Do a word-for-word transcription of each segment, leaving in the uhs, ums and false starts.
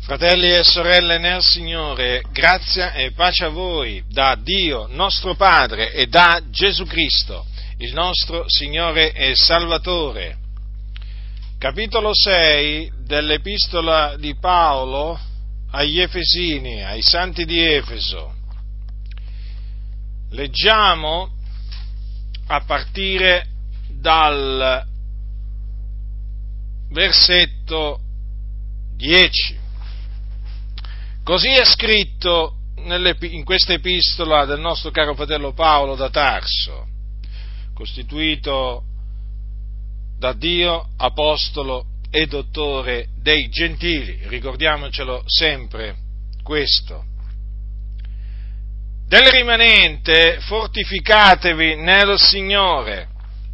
Fratelli e sorelle nel Signore, grazia e pace a voi da Dio nostro Padre e da Gesù Cristo, il nostro Signore e Salvatore. Capitolo sei dell'Epistola di Paolo agli Efesini, ai Santi di Efeso. Leggiamo a partire dal versetto dieci. Così è scritto in questa epistola del nostro caro fratello Paolo da Tarso, costituito da Dio apostolo e dottore dei gentili. Ricordiamocelo sempre questo. Del rimanente fortificatevi nel Signore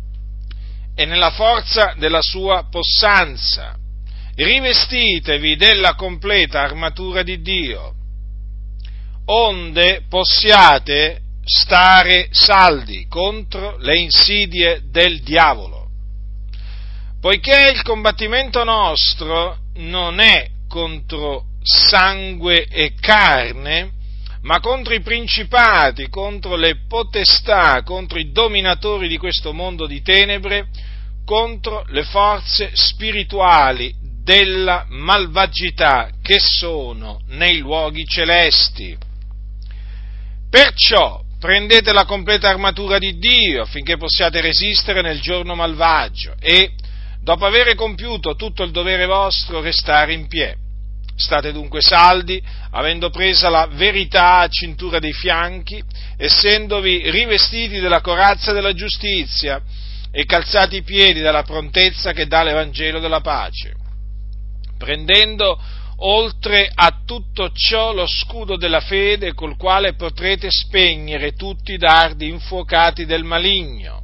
e nella forza della sua possanza. Rivestitevi della completa armatura di Dio, onde possiate stare saldi contro le insidie del diavolo, poiché il combattimento nostro non è contro sangue e carne, ma contro i principati, contro le potestà, contro i dominatori di questo mondo di tenebre, contro le forze spirituali della malvagità che sono nei luoghi celesti. Perciò prendete la completa armatura di Dio affinché possiate resistere nel giorno malvagio e, dopo avere compiuto tutto il dovere vostro, restare in piedi. State dunque saldi, avendo presa la verità a cintura dei fianchi, essendovi rivestiti della corazza della giustizia e calzati i piedi dalla prontezza che dà l'Evangelo della pace, prendendo oltre a tutto ciò lo scudo della fede col quale potrete spegnere tutti i dardi infuocati del maligno.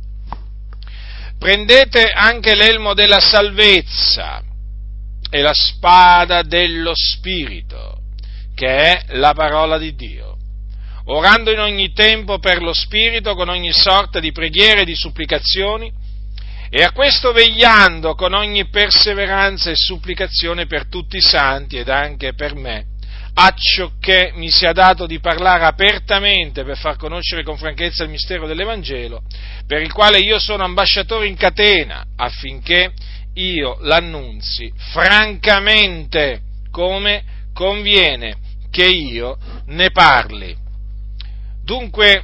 Prendete anche l'elmo della salvezza e la spada dello Spirito, che è la parola di Dio, orando in ogni tempo per lo Spirito con ogni sorta di preghiere e di supplicazioni, e a questo vegliando con ogni perseveranza e supplicazione per tutti i santi ed anche per me, acciò che mi sia dato di parlare apertamente per far conoscere con franchezza il mistero dell'Evangelo, per il quale io sono ambasciatore in catena, affinché io l'annunzi francamente, come conviene che io ne parli. Dunque,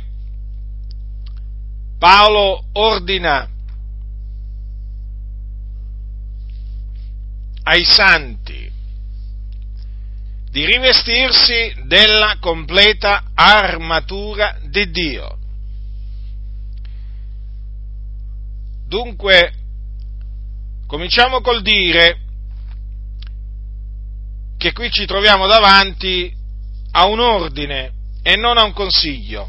Paolo ordina ai santi di rivestirsi della completa armatura di Dio. Dunque, cominciamo col dire che qui ci troviamo davanti a un ordine e non a un consiglio.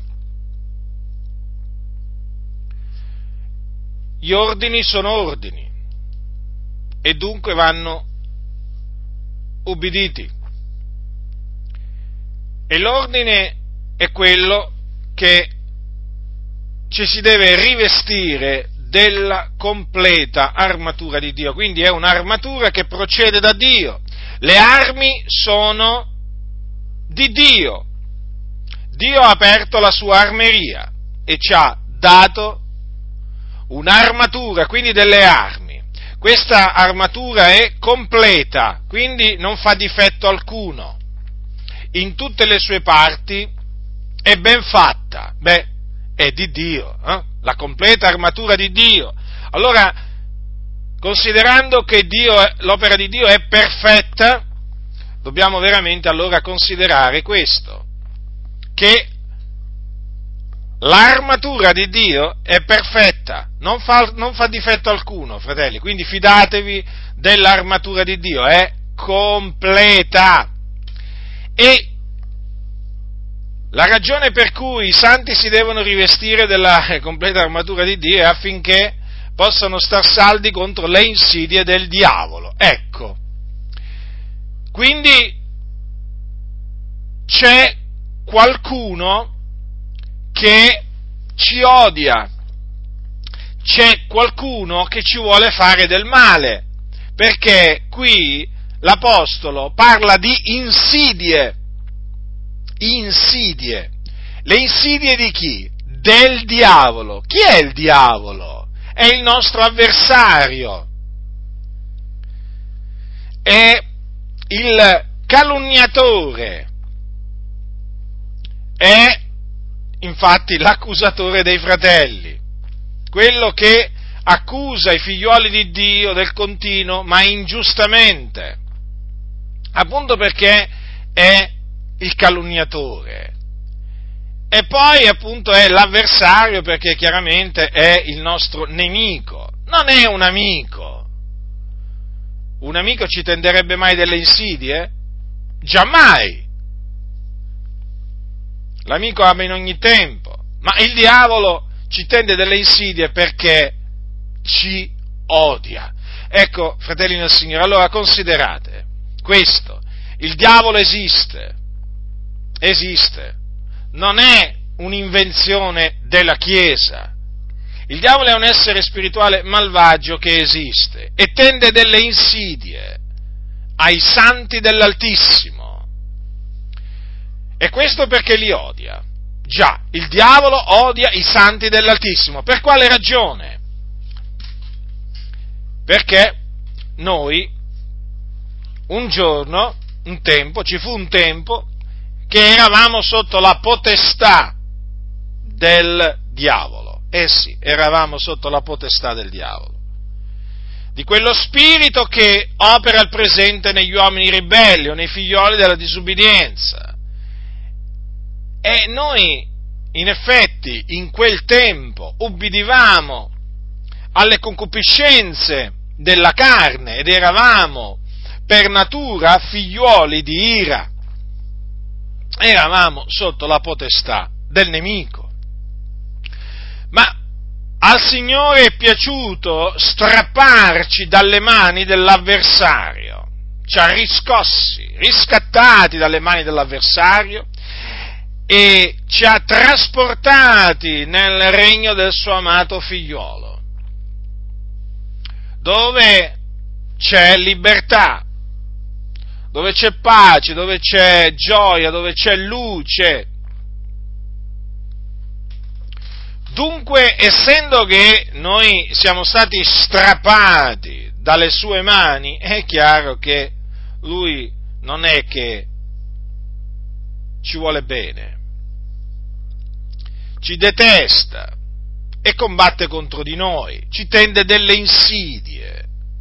Gli ordini sono ordini e dunque vanno ubbiditi. E l'ordine è quello che ci si deve rivestire della completa armatura di Dio, quindi è un'armatura che procede da Dio. Le armi sono di Dio. Dio ha aperto la sua armeria e ci ha dato un'armatura, quindi delle armi. Questa armatura è completa, quindi non fa difetto alcuno. In tutte le sue parti è ben fatta. Beh, è di Dio, eh? La completa armatura di Dio. Allora, considerando che Dio, l'opera di Dio è perfetta, dobbiamo veramente allora considerare questo, che l'armatura di Dio è perfetta, non fa, non fa difetto alcuno, fratelli, quindi fidatevi dell'armatura di Dio, è completa. E la ragione per cui i santi si devono rivestire della completa armatura di Dio è affinché possano star saldi contro le insidie del diavolo. Ecco, quindi c'è qualcuno che ci odia, c'è qualcuno che ci vuole fare del male, perché qui l'Apostolo parla di insidie, insidie. Le insidie di chi? Del diavolo. Chi è il diavolo? È il nostro avversario. È il calunniatore. È infatti l'accusatore dei fratelli, quello che accusa i figlioli di Dio del continuo, ma ingiustamente, appunto perché è il calunniatore. E poi appunto è l'avversario perché chiaramente è il nostro nemico, non è un amico. Un amico ci tenderebbe mai delle insidie? Giammai! L'amico ama in ogni tempo, ma il diavolo ci tende delle insidie perché ci odia. Ecco, fratelli del Signore, allora considerate questo: il diavolo esiste, esiste, non è un'invenzione della Chiesa. Il diavolo è un essere spirituale malvagio che esiste e tende delle insidie ai santi dell'Altissimo. E questo perché li odia. Già, il diavolo odia i santi dell'Altissimo. Per quale ragione? Perché noi, un giorno, un tempo, ci fu un tempo che eravamo sotto la potestà del diavolo. Eh sì, eravamo sotto la potestà del diavolo. Di quello spirito che opera al presente negli uomini ribelli o nei figlioli della disubbidienza. E noi, in effetti, in quel tempo ubbidivamo alle concupiscenze della carne ed eravamo per natura figliuoli di ira. Eravamo sotto la potestà del nemico. Ma al Signore è piaciuto strapparci dalle mani dell'avversario. Ci ha riscossi, riscattati dalle mani dell'avversario e ci ha trasportati nel regno del suo amato figliolo, dove c'è libertà, dove c'è pace, dove c'è gioia, dove c'è luce. Dunque, essendo che noi siamo stati strappati dalle sue mani, è chiaro che lui non è che ci vuole bene, ci detesta e combatte contro di noi, ci tende delle insidie,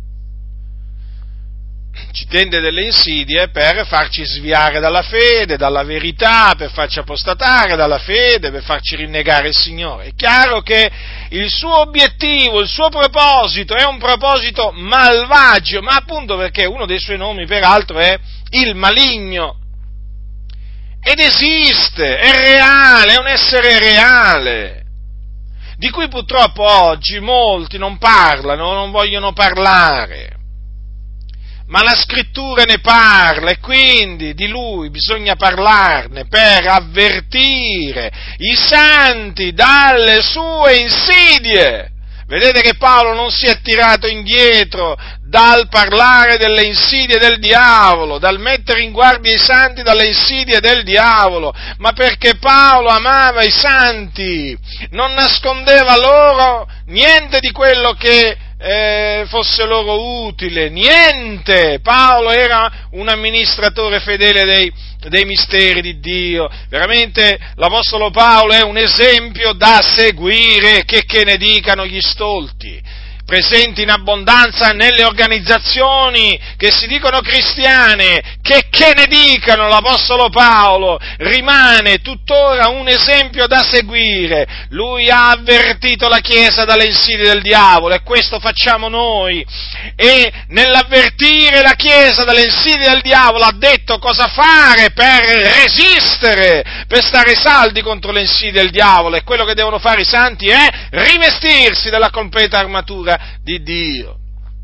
ci tende delle insidie per farci sviare dalla fede, dalla verità, per farci apostatare dalla fede, per farci rinnegare il Signore. È chiaro che il suo obiettivo, il suo proposito è un proposito malvagio, ma appunto perché uno dei suoi nomi peraltro è il maligno. Ed esiste, è reale, è un essere reale, di cui purtroppo oggi molti non parlano, non vogliono parlare, ma la Scrittura ne parla e quindi di lui bisogna parlarne per avvertire i santi dalle sue insidie. Vedete che Paolo non si è tirato indietro dal parlare delle insidie del diavolo, dal mettere in guardia i santi dalle insidie del diavolo, ma perché Paolo amava i santi, non nascondeva loro niente di quello che eh, fosse loro utile, niente. Paolo era un amministratore fedele dei, dei misteri di Dio, veramente l'Apostolo Paolo è un esempio da seguire, che, che ne dicano gli stolti, presenti in abbondanza nelle organizzazioni che si dicono cristiane, che che ne dicano, l'Apostolo Paolo rimane tuttora un esempio da seguire. Lui ha avvertito la Chiesa dalle insidie del diavolo e questo facciamo noi, e nell'avvertire la Chiesa dalle insidie del diavolo ha detto cosa fare per resistere, per stare saldi contro le insidie del diavolo, e quello che devono fare i santi è rivestirsi della completa armatura di Dio.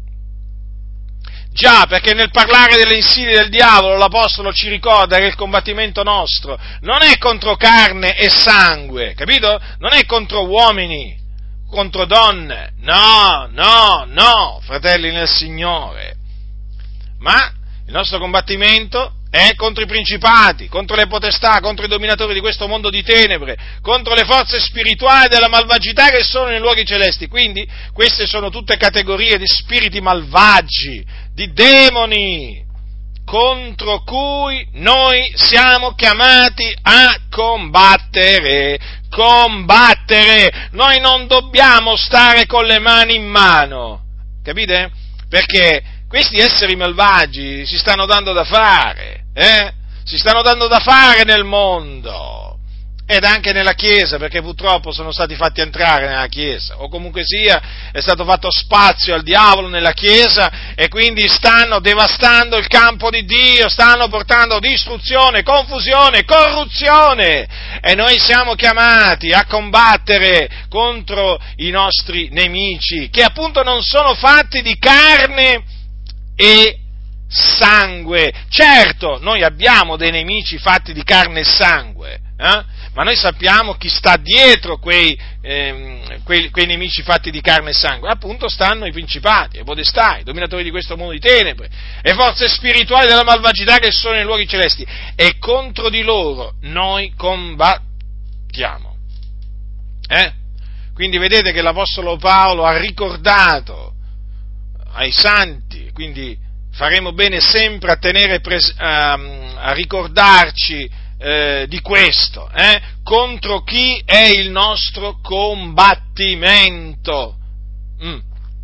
Già, perché nel parlare delle insidie del diavolo l'Apostolo ci ricorda che il combattimento nostro non è contro carne e sangue, capito? Non è contro uomini, contro donne, no, no, no, fratelli nel Signore, ma Il nostro combattimento è contro i principati, contro le potestà, contro i dominatori di questo mondo di tenebre, contro le forze spirituali della malvagità che sono nei luoghi celesti. Quindi queste sono tutte categorie di spiriti malvagi, di demoni, contro cui noi siamo chiamati a combattere. Combattere! Noi non dobbiamo stare con le mani in mano, capite? Perché questi esseri malvagi si stanno dando da fare, eh? Si stanno dando da fare nel mondo ed anche nella Chiesa, perché purtroppo sono stati fatti entrare nella Chiesa, o comunque sia, è stato fatto spazio al diavolo nella Chiesa e quindi stanno devastando il campo di Dio, stanno portando distruzione, confusione, corruzione e noi siamo chiamati a combattere contro i nostri nemici, che appunto non sono fatti di carne e sangue. Certo, noi abbiamo dei nemici fatti di carne e sangue, eh? Ma noi sappiamo chi sta dietro quei, ehm, quei, quei nemici fatti di carne e sangue. Appunto stanno i principati, le potestà, i dominatori di questo mondo di tenebre, le forze spirituali della malvagità che sono nei luoghi celesti, e contro di loro noi combattiamo. Eh? Quindi vedete che l'Apostolo Paolo ha ricordato ai santi, quindi faremo bene sempre a tenere pres- a, a ricordarci eh, di questo, eh? Contro chi è il nostro combattimento. Mm.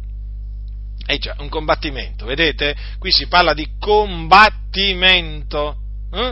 Eh già, un combattimento, vedete? Qui si parla di combattimento. Eh?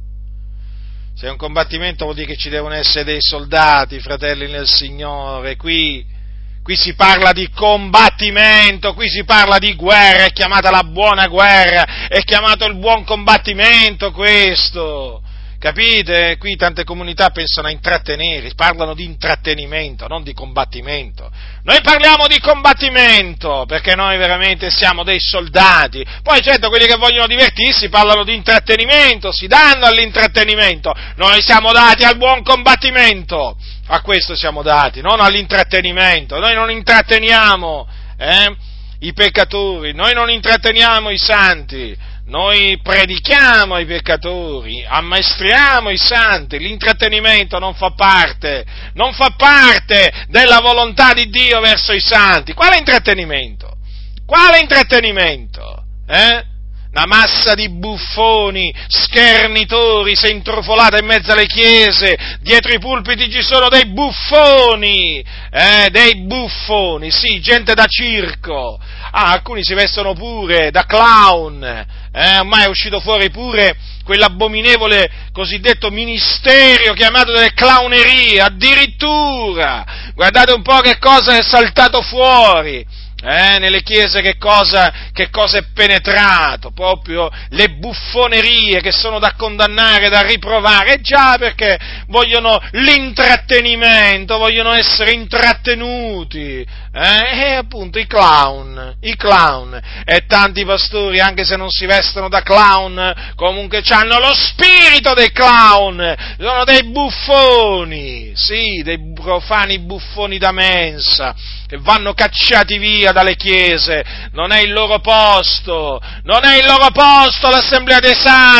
Se è un combattimento vuol dire che ci devono essere dei soldati, fratelli nel Signore, qui Qui si parla di combattimento, qui si parla di guerra, è chiamata la buona guerra, è chiamato il buon combattimento questo, capite? Qui tante comunità pensano a intrattenere, parlano di intrattenimento, non di combattimento. Noi parliamo di combattimento, perché noi veramente siamo dei soldati. Poi certo quelli che vogliono divertirsi parlano di intrattenimento, si danno all'intrattenimento, noi siamo dati al buon combattimento. A questo siamo dati, non all'intrattenimento. Noi non intratteniamo eh, i peccatori, noi non intratteniamo i santi, noi predichiamo ai peccatori, ammaestriamo i santi. L'intrattenimento non fa parte, non fa parte della volontà di Dio verso i santi. Quale intrattenimento? Quale intrattenimento? Eh? Una massa di buffoni, schernitori, si è intrufolata in mezzo alle chiese, dietro i pulpiti ci sono dei buffoni, eh, dei buffoni, sì, gente da circo, ah, alcuni si vestono pure da clown, eh, ormai è uscito fuori pure quell'abominevole cosiddetto ministero chiamato delle clownerie, addirittura, guardate un po' che cosa è saltato fuori. Eh, nelle chiese che cosa, che cosa è penetrato? Proprio le buffonerie che sono da condannare, da riprovare, già perché vogliono l'intrattenimento, vogliono essere intrattenuti, eh, e appunto i clown, i clown, e tanti pastori, anche se non si vestono da clown, comunque hanno lo spirito dei clown, sono dei buffoni, sì, dei profani buffoni da mensa, che vanno cacciati via dalle chiese, non è il loro posto, non è il loro posto l'Assemblea dei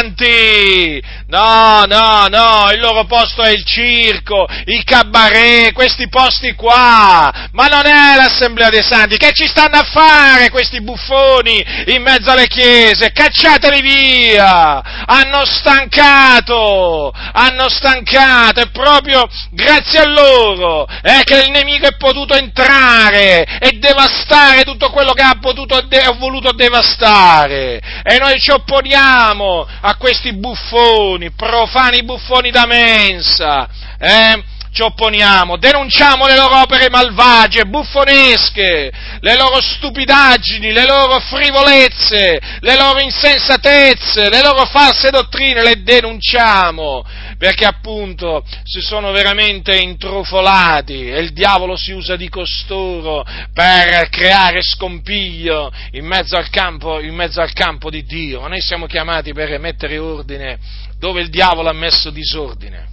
Santi, no, no, no, il loro posto è il circo, i cabaret, questi posti qua, ma non è l'Assemblea dei Santi. Che ci stanno a fare questi buffoni in mezzo alle chiese? Cacciateli via, hanno stancato, hanno stancato, è proprio grazie a loro eh, che il nemico è potuto entrare e devastare tutto quello che ha potuto e ha voluto devastare, e noi ci opponiamo a questi buffoni, profani buffoni da mensa, eh? Ci opponiamo, denunciamo le loro opere malvagie, buffonesche, le loro stupidaggini, le loro frivolezze, le loro insensatezze, le loro false dottrine, le denunciamo, perché appunto si sono veramente intrufolati e il diavolo si usa di costoro per creare scompiglio in mezzo al campo, in mezzo al campo di Dio, ma noi siamo chiamati per mettere ordine dove il diavolo ha messo disordine.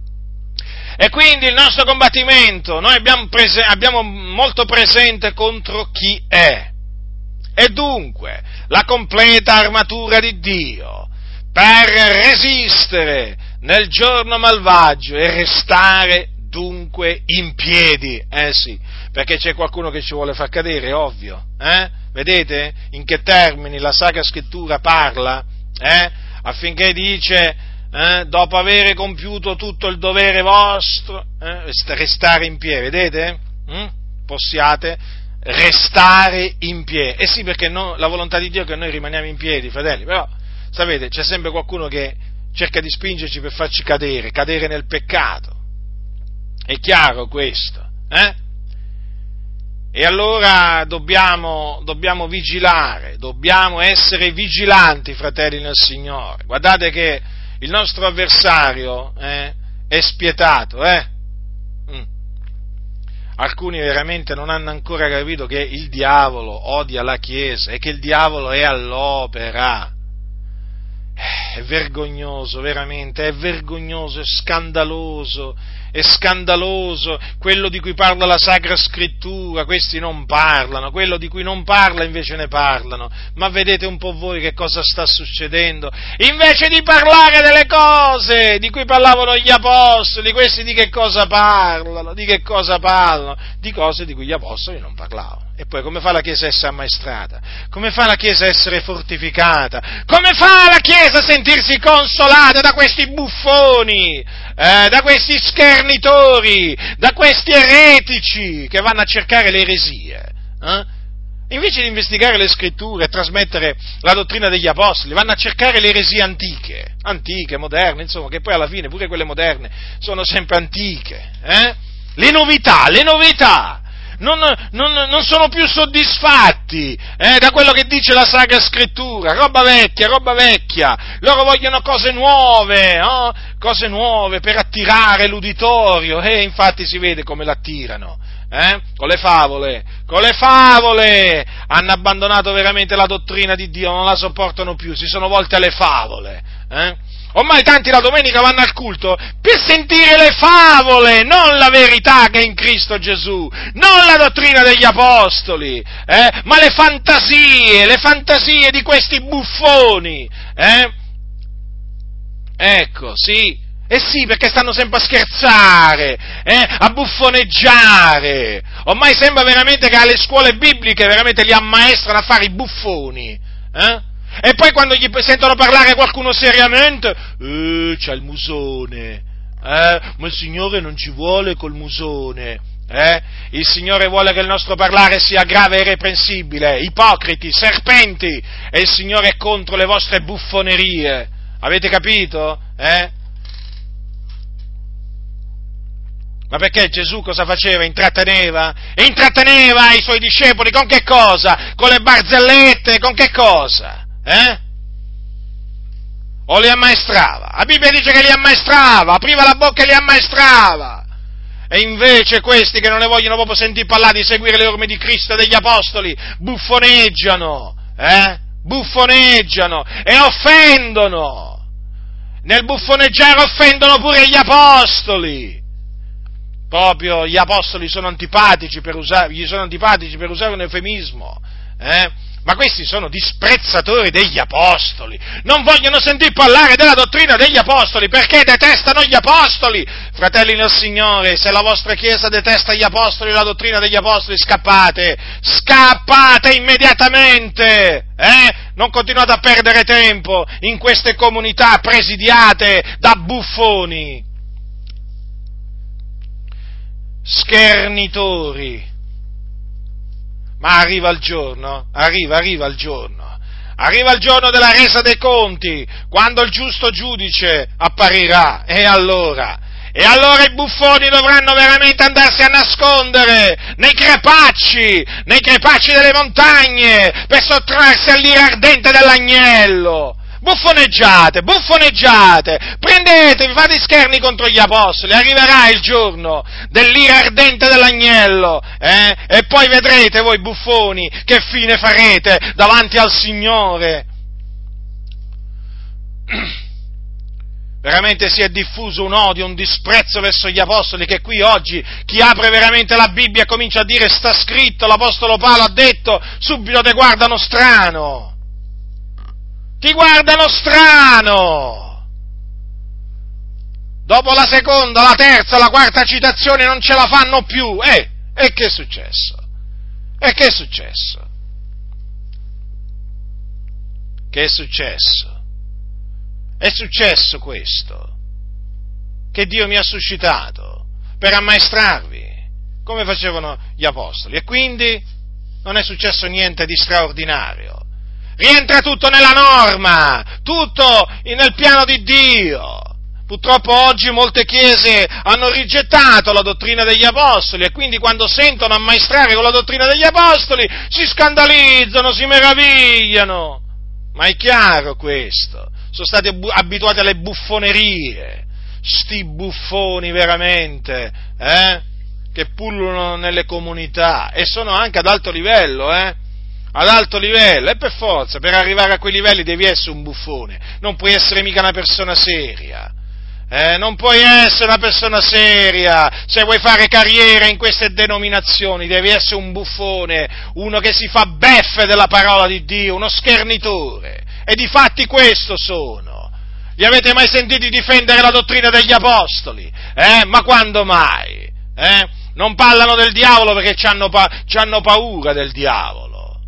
E quindi il nostro combattimento, noi abbiamo, prese- abbiamo molto presente contro chi è. E dunque, la completa armatura di Dio per resistere nel giorno malvagio e restare dunque in piedi. Eh sì, perché c'è qualcuno che ci vuole far cadere, è ovvio. Eh? Vedete in che termini la Sacra Scrittura parla? Eh? Affinché dice, eh, dopo aver compiuto tutto il dovere vostro, eh, restare in piedi, vedete? Mm? Possiate restare in piedi. Eh sì, perché no, la volontà di Dio è che noi rimaniamo in piedi, fratelli, però, sapete, c'è sempre qualcuno che cerca di spingerci per farci cadere, cadere nel peccato. È chiaro questo, eh? E allora dobbiamo, dobbiamo vigilare, dobbiamo essere vigilanti, fratelli nel Signore. Guardate che il nostro avversario eh, è spietato, eh? Mm. Alcuni veramente non hanno ancora capito che il diavolo odia la Chiesa e che il diavolo è all'opera. È vergognoso, veramente, è vergognoso, è scandaloso, è scandaloso quello di cui parla la Sacra Scrittura. Questi non parlano, quello di cui non parla invece ne parlano. Ma vedete un po' voi che cosa sta succedendo? Invece di parlare delle cose di cui parlavano gli apostoli, questi di che cosa parlano? Di che cosa parlano? Di cose di cui gli apostoli non parlavano. E poi come fa la Chiesa a essere ammaestrata? Come fa la Chiesa a essere fortificata? Come fa la Chiesa a sentirsi consolata da questi buffoni, eh, da questi schernitori, da questi eretici che vanno a cercare le eresie? Eh? Invece di investigare le Scritture e trasmettere la dottrina degli Apostoli, vanno a cercare le eresie antiche, antiche, moderne, insomma, che poi alla fine pure quelle moderne sono sempre antiche. Eh? Le novità, le novità! Non, non, non sono più soddisfatti eh, da quello che dice la Sacra Scrittura, roba vecchia, roba vecchia, loro vogliono cose nuove, oh? cose nuove per attirare l'uditorio, e eh, infatti si vede come l'attirano, eh? con le favole, con le favole, hanno abbandonato veramente la dottrina di Dio, non la sopportano più, si sono volti alle favole, eh? Ormai tanti la domenica vanno al culto per sentire le favole, non la verità che è in Cristo Gesù, non la dottrina degli apostoli, eh, ma le fantasie, le fantasie di questi buffoni. Eh? Ecco, sì, eh sì, perché stanno sempre a scherzare, eh, a buffoneggiare. Ormai sembra veramente che alle scuole bibliche veramente li ammaestrano a fare i buffoni, eh? E poi quando gli sentono parlare qualcuno seriamente, eh, c'ha il musone, eh, ma il Signore non ci vuole col musone, eh? Il Signore vuole che il nostro parlare sia grave e irreprensibile, ipocriti, serpenti, e il Signore è contro le vostre buffonerie, avete capito? Eh? Ma perché Gesù cosa faceva? Intratteneva? E intratteneva i suoi discepoli con che cosa? Con le barzellette, con che cosa? Eh? O li ammaestrava? La Bibbia dice che li ammaestrava, apriva la bocca e li ammaestrava. E invece questi che non ne vogliono proprio sentire parlare di seguire le orme di Cristo e degli Apostoli, buffoneggiano, eh? Buffoneggiano e offendono. Nel buffoneggiare offendono pure gli Apostoli. Proprio gli Apostoli sono antipatici per usare, gli sono antipatici per usare un eufemismo, eh? Ma questi sono disprezzatori degli Apostoli, non vogliono sentir parlare della dottrina degli Apostoli, perché detestano gli Apostoli. Fratelli nel Signore, se la vostra Chiesa detesta gli Apostoli e la dottrina degli Apostoli, scappate, scappate immediatamente, eh? Non continuate a perdere tempo in queste comunità presidiate da buffoni, schernitori. Ma arriva il giorno, arriva, arriva il giorno, arriva il giorno della resa dei conti, quando il giusto giudice apparirà, e allora, e allora i buffoni dovranno veramente andarsi a nascondere nei crepacci, nei crepacci delle montagne, per sottrarsi all'ira ardente dell'agnello. Buffoneggiate, buffoneggiate, prendetevi, fate scherni contro gli apostoli, arriverà il giorno dell'ira ardente dell'agnello, eh? E poi vedrete voi buffoni che fine farete davanti al Signore. veramente si è diffuso un odio, un disprezzo verso gli apostoli, che qui oggi chi apre veramente la Bibbia e comincia a dire sta scritto, l'apostolo Paolo ha detto, subito ti guardano strano, ti guardano strano. Dopo la seconda, la terza, la quarta citazione non ce la fanno più. Eh, e che è successo? E che è successo? Che è successo? È successo questo, che Dio mi ha suscitato per ammaestrarvi, come facevano gli apostoli, e quindi non è successo niente di straordinario. Rientra tutto nella norma, tutto nel piano di Dio. Purtroppo oggi molte chiese hanno rigettato la dottrina degli apostoli e quindi quando sentono ammaestrare con la dottrina degli apostoli si scandalizzano, si meravigliano. Ma è chiaro questo, sono stati abituati alle buffonerie, sti buffoni veramente, eh, che pullulano nelle comunità e sono anche ad alto livello, eh, ad alto livello, e per forza, per arrivare a quei livelli devi essere un buffone, non puoi essere mica una persona seria. Eh, non puoi essere una persona seria, se vuoi fare carriera in queste denominazioni devi essere un buffone, uno che si fa beffe della parola di Dio, uno schernitore, e difatti questo sono. Li avete mai sentiti difendere la dottrina degli apostoli? Eh? Ma quando mai? Eh? Non parlano del diavolo perché c'hanno, pa- c'hanno paura del diavolo.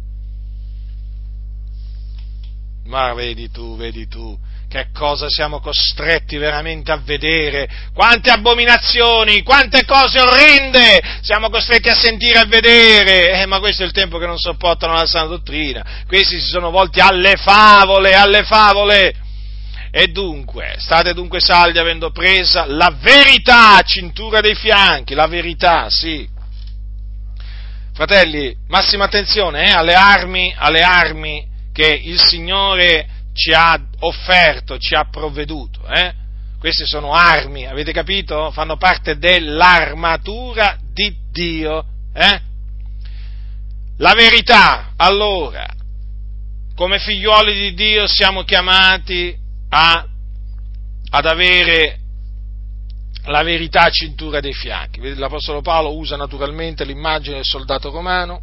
Ma vedi tu, vedi tu. Che cosa siamo costretti veramente a vedere, quante abominazioni, quante cose orrende siamo costretti a sentire e a vedere, eh, ma questo è il tempo che non sopportano la sana dottrina, questi si sono volti alle favole, alle favole, e dunque, state dunque saldi avendo presa la verità, cintura dei fianchi, la verità, sì. Fratelli, massima attenzione eh, alle armi, alle armi che il Signore ci ha offerto, ci ha provveduto, eh? Queste sono armi, avete capito? Fanno parte dell'armatura di Dio, eh? La verità, allora, come figliuoli di Dio siamo chiamati a, ad avere la verità a cintura dei fianchi. L'Apostolo Paolo usa naturalmente l'immagine del soldato romano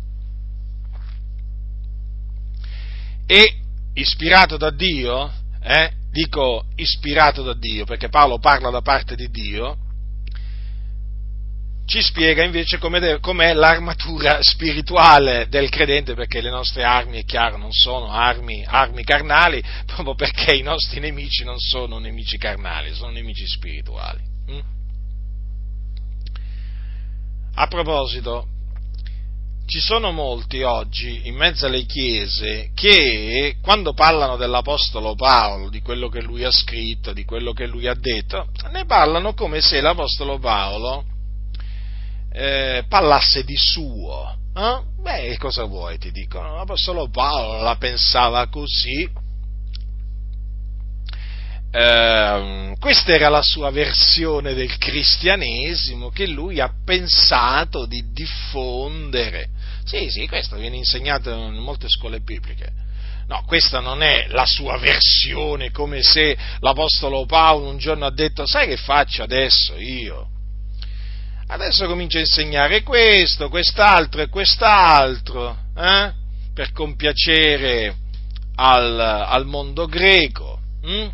e ispirato da Dio, eh, dico ispirato da Dio perché Paolo parla da parte di Dio, ci spiega invece com'è, com'è l'armatura spirituale del credente, perché le nostre armi, è chiaro, non sono armi, armi carnali, proprio perché i nostri nemici non sono nemici carnali, sono nemici spirituali. Hm? A proposito, ci sono molti oggi in mezzo alle chiese che quando parlano dell'Apostolo Paolo, di quello che lui ha scritto, di quello che lui ha detto, ne parlano come se l'Apostolo Paolo eh, parlasse di suo. Eh? Beh, cosa vuoi, ti dicono? L'Apostolo Paolo la pensava così. Eh, questa era la sua versione del cristianesimo che lui ha pensato di diffondere. Sì, sì, questo viene insegnato in molte scuole bibliche. No, questa non è la sua versione, come se l'Apostolo Paolo un giorno ha detto: sai che faccio adesso io? Adesso comincio a insegnare questo, quest'altro e quest'altro, eh? Per compiacere al, al mondo greco. Hm?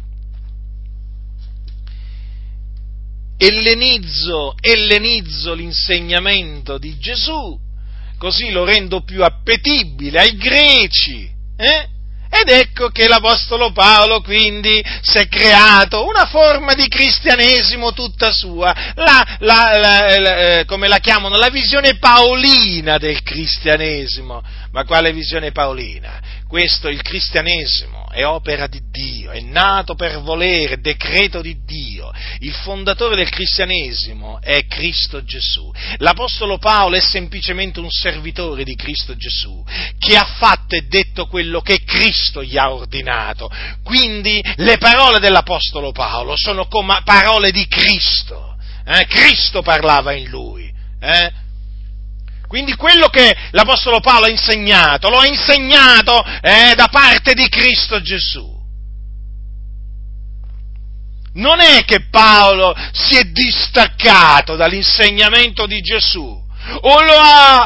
Ellenizzo, ellenizzo l'insegnamento di Gesù, così lo rendo più appetibile ai greci, eh? Ed ecco che l'Apostolo Paolo quindi si è creato una forma di cristianesimo tutta sua, la, la, la, la, come la chiamano, la visione paolina del cristianesimo. Ma quale visione paolina? Questo, il cristianesimo, è opera di Dio, è nato per volere, decreto di Dio. Il fondatore del cristianesimo è Cristo Gesù. L'Apostolo Paolo è semplicemente un servitore di Cristo Gesù, che ha fatto e detto quello che Cristo gli ha ordinato. Quindi le parole dell'Apostolo Paolo sono come parole di Cristo. Eh? Cristo parlava in lui. Eh? Quindi quello che l'Apostolo Paolo ha insegnato, lo ha insegnato eh, da parte di Cristo Gesù. non è che Paolo si è distaccato dall'insegnamento di Gesù, o lo ha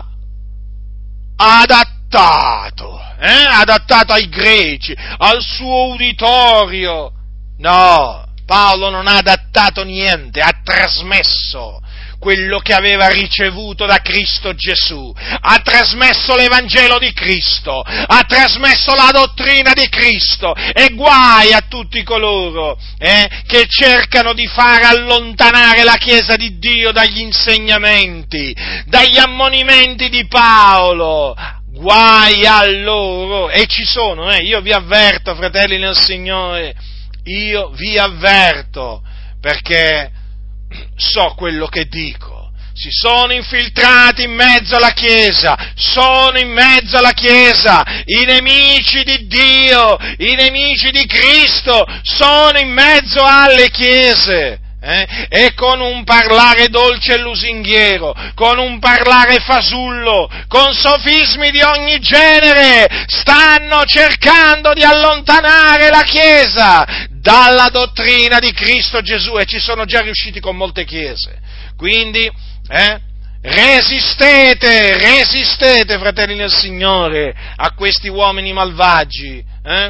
adattato, eh? adattato ai greci, al suo uditorio. No, Paolo non ha adattato niente, ha trasmesso quello che aveva ricevuto da Cristo Gesù, ha trasmesso l'Evangelo di Cristo, ha trasmesso la dottrina di Cristo, e guai a tutti coloro eh, che cercano di far allontanare la Chiesa di Dio dagli insegnamenti, dagli ammonimenti di Paolo. Guai a loro, e ci sono, eh, io vi avverto, fratelli nel Signore, io vi avverto, perché so quello che dico. Si sono infiltrati in mezzo alla Chiesa, sono in mezzo alla Chiesa, i nemici di Dio, i nemici di Cristo, sono in mezzo alle Chiese. Eh? E con un parlare dolce e lusinghiero, con un parlare fasullo, con sofismi di ogni genere, stanno cercando di allontanare la Chiesa dalla dottrina di Cristo Gesù, e ci sono già riusciti con molte chiese. Quindi, eh, resistete, resistete, fratelli nel Signore, a questi uomini malvagi. Eh?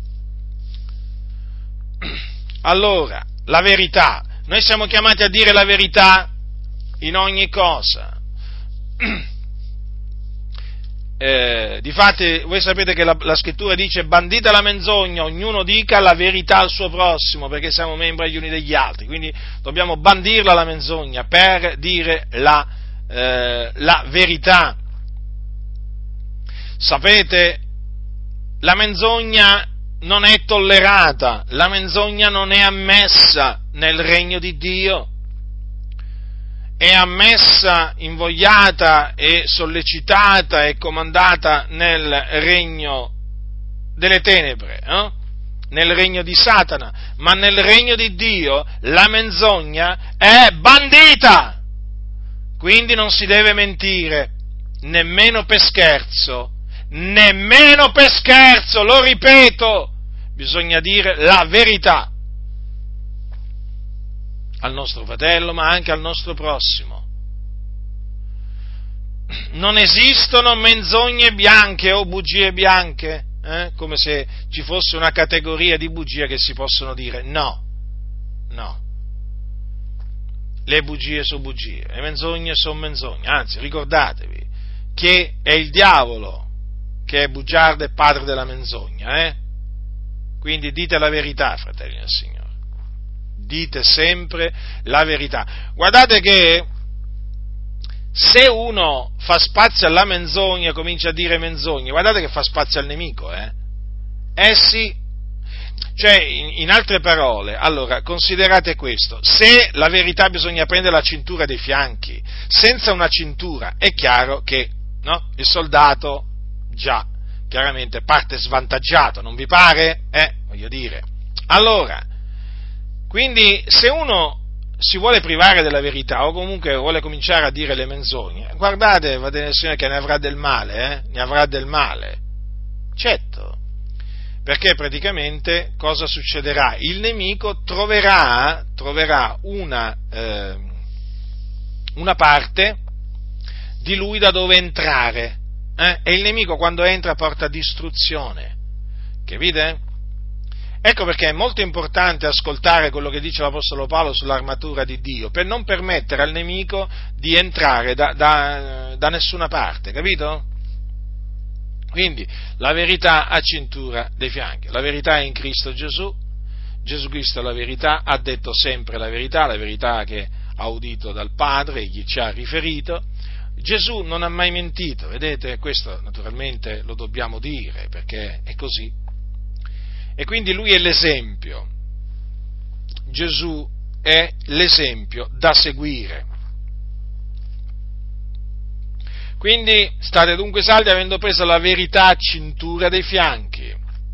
Allora, la verità. Noi siamo chiamati a dire la verità in ogni cosa. Eh, difatti, voi sapete che la, la scrittura dice: bandita la menzogna, ognuno dica la verità al suo prossimo, perché siamo membri gli uni degli altri. Quindi dobbiamo bandirla la menzogna per dire la, eh, la verità. Sapete, la menzogna non è tollerata, la menzogna non è ammessa nel regno di Dio. È ammessa, invogliata e sollecitata e comandata nel regno delle tenebre, eh? nel regno di Satana, ma nel regno di Dio la menzogna è bandita. Quindi non si deve mentire, nemmeno per scherzo, nemmeno per scherzo, lo ripeto, bisogna dire la verità al nostro fratello, ma anche al nostro prossimo. Non esistono menzogne bianche o bugie bianche, eh? come se ci fosse una categoria di bugie che si possono dire. No, no. Le bugie sono bugie, le menzogne sono menzogne. Anzi, ricordatevi che è il diavolo che è bugiardo e padre della menzogna, eh? Quindi dite la verità, fratelli del Signore. Dite sempre la verità. Guardate che se uno fa spazio alla menzogna, comincia a dire menzogne, guardate che fa spazio al nemico, eh? Eh sì. Cioè, in, in altre parole, allora, considerate questo: se la verità bisogna prendere la cintura dei fianchi, senza una cintura è chiaro che, no, il soldato già, chiaramente, parte svantaggiato, non vi pare? Eh, voglio dire. Allora, quindi, se uno si vuole privare della verità, o comunque vuole cominciare a dire le menzogne, guardate, va bene, Signore, che ne avrà del male, eh? Ne avrà del male. Certo. Perché praticamente cosa succederà? Il nemico troverà, troverà una, eh, una parte di lui da dove entrare, eh? E il nemico quando entra porta distruzione, capite? Ecco perché è molto importante ascoltare quello che dice l'Apostolo Paolo sull'armatura di Dio, per non permettere al nemico di entrare da, da, da nessuna parte, capito? Quindi la verità a cintura dei fianchi, la verità è in Cristo Gesù, Gesù Cristo è la verità, ha detto sempre la verità, la verità che ha udito dal Padre, egli ci ha riferito. Gesù non ha mai mentito, vedete, questo naturalmente lo dobbiamo dire perché è così. E quindi lui è l'esempio, Gesù è l'esempio da seguire. Quindi state dunque saldi avendo preso la verità a cintura dei fianchi,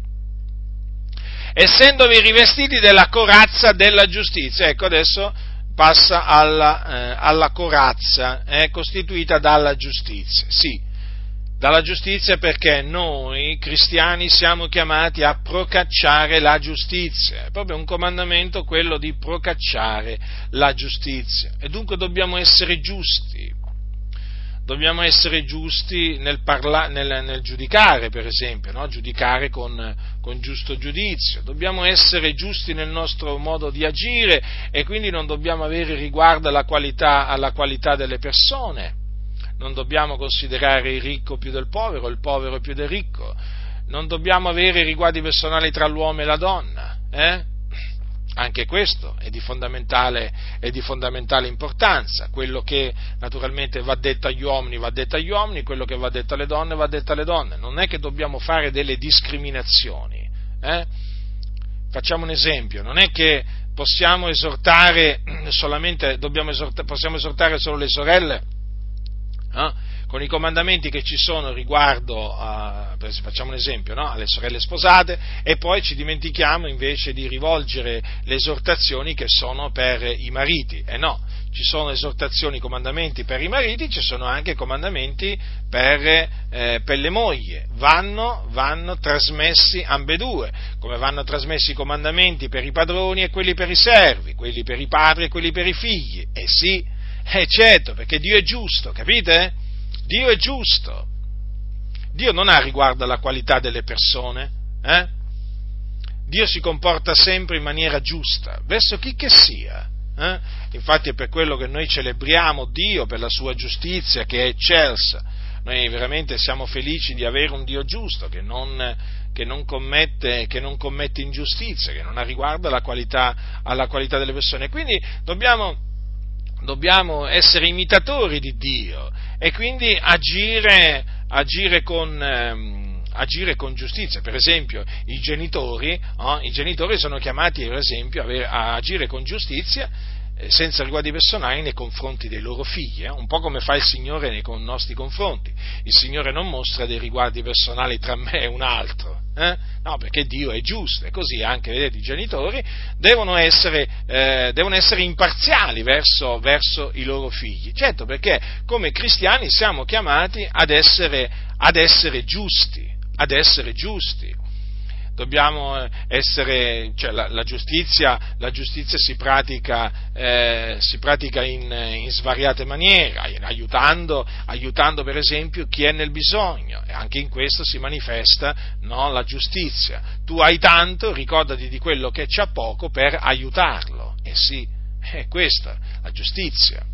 essendovi rivestiti della corazza della giustizia. Ecco, adesso passa alla, eh, alla corazza, eh, costituita dalla giustizia. Sì, dalla giustizia perché noi cristiani siamo chiamati a procacciare la giustizia, è proprio un comandamento quello di procacciare la giustizia, e dunque dobbiamo essere giusti. Dobbiamo essere giusti nel, parla- nel, nel giudicare, per esempio, no? Giudicare con, con giusto giudizio. Dobbiamo essere giusti nel nostro modo di agire e quindi non dobbiamo avere riguardo alla qualità, alla qualità delle persone. Non dobbiamo considerare il ricco più del povero, il povero più del ricco. Non dobbiamo avere riguardi personali tra l'uomo e la donna, eh? Anche questo è di fondamentale, è di fondamentale importanza. Quello che naturalmente va detto agli uomini va detto agli uomini, quello che va detto alle donne va detto alle donne. Non è che dobbiamo fare delle discriminazioni. Eh? Facciamo un esempio, non è che possiamo esortare solamente, dobbiamo esortare, possiamo esortare solo le sorelle, eh? Con i comandamenti che ci sono riguardo, a, facciamo un esempio, no? Alle sorelle sposate, e poi ci dimentichiamo invece di rivolgere le esortazioni che sono per i mariti. E no, ci sono esortazioni, comandamenti per i mariti, ci sono anche comandamenti per, eh, per le mogli. Vanno, vanno trasmessi ambedue, come vanno trasmessi i comandamenti per i padroni e quelli per i servi, quelli per i padri e quelli per i figli. E sì, è certo, perché Dio è giusto, capite? Dio è giusto, Dio non ha riguardo alla qualità delle persone, eh? Dio si comporta sempre in maniera giusta, verso chi che sia, eh? Infatti è per quello che noi celebriamo Dio, per la sua giustizia che è eccelsa. Noi veramente siamo felici di avere un Dio giusto, che non, che non commette, che non commette ingiustizia, che non ha riguardo alla qualità, alla qualità delle persone. Quindi dobbiamo Dobbiamo essere imitatori di Dio e quindi agire, agire, con, ehm, agire con giustizia. Per esempio, i genitori, oh, i genitori sono chiamati, per esempio, a, a agire con giustizia eh, senza riguardi personali nei confronti dei loro figli, eh? Un po' come fa il Signore nei con nostri confronti. Il Signore non mostra dei riguardi personali tra me e un altro. Eh? No, perché Dio è giusto, e così anche, vedete, i genitori devono essere, eh, devono essere imparziali verso, verso i loro figli. Certo, perché come cristiani siamo chiamati ad essere, ad essere giusti, ad essere giusti. Dobbiamo essere, cioè la, la giustizia, la giustizia si pratica, eh, si pratica in, in svariate maniere, aiutando, aiutando per esempio chi è nel bisogno, e anche in questo si manifesta, no, la giustizia. Tu hai tanto, ricordati di quello che c'ha poco per aiutarlo, e sì, è questa la giustizia.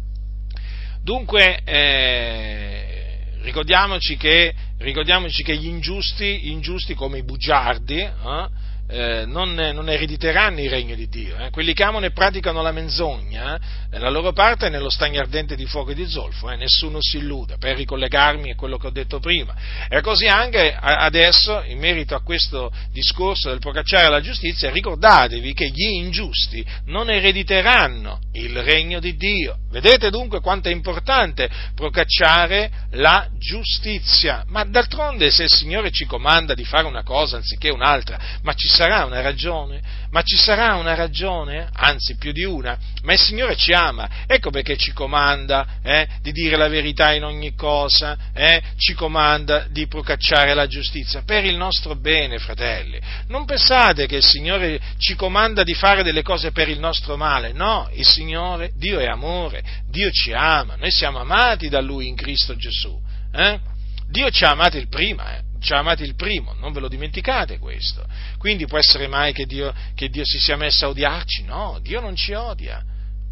Dunque, eh, ricordiamoci che Ricordiamoci che gli ingiusti, ingiusti come i bugiardi, eh, eh, non, non erediteranno il regno di Dio. Eh. Quelli che amano e praticano la menzogna, eh, la loro parte è nello stagno ardente di fuoco e di zolfo, eh, nessuno si illuda, per ricollegarmi a quello che ho detto prima. E così anche adesso, in merito a questo discorso del procacciare la giustizia, ricordatevi che gli ingiusti non erediteranno il regno di Dio. Vedete dunque quanto è importante procacciare la giustizia. Ma d'altronde, se il Signore ci comanda di fare una cosa anziché un'altra, ma ci sarà una ragione? Ma ci sarà una ragione? Anzi, più di una. Ma il Signore ci ama, ecco perché ci comanda eh, di dire la verità in ogni cosa, eh, ci comanda di procacciare la giustizia, per il nostro bene, fratelli. Non pensate che il Signore ci comanda di fare delle cose per il nostro male, no, il Signore, Dio è amore, Dio ci ama, noi siamo amati da Lui in Cristo Gesù, eh? Dio ci ha amati il prima, eh? Ci ha amati il primo, non ve lo dimenticate questo. Quindi può essere mai che Dio, che Dio si sia messo a odiarci? No, Dio non ci odia.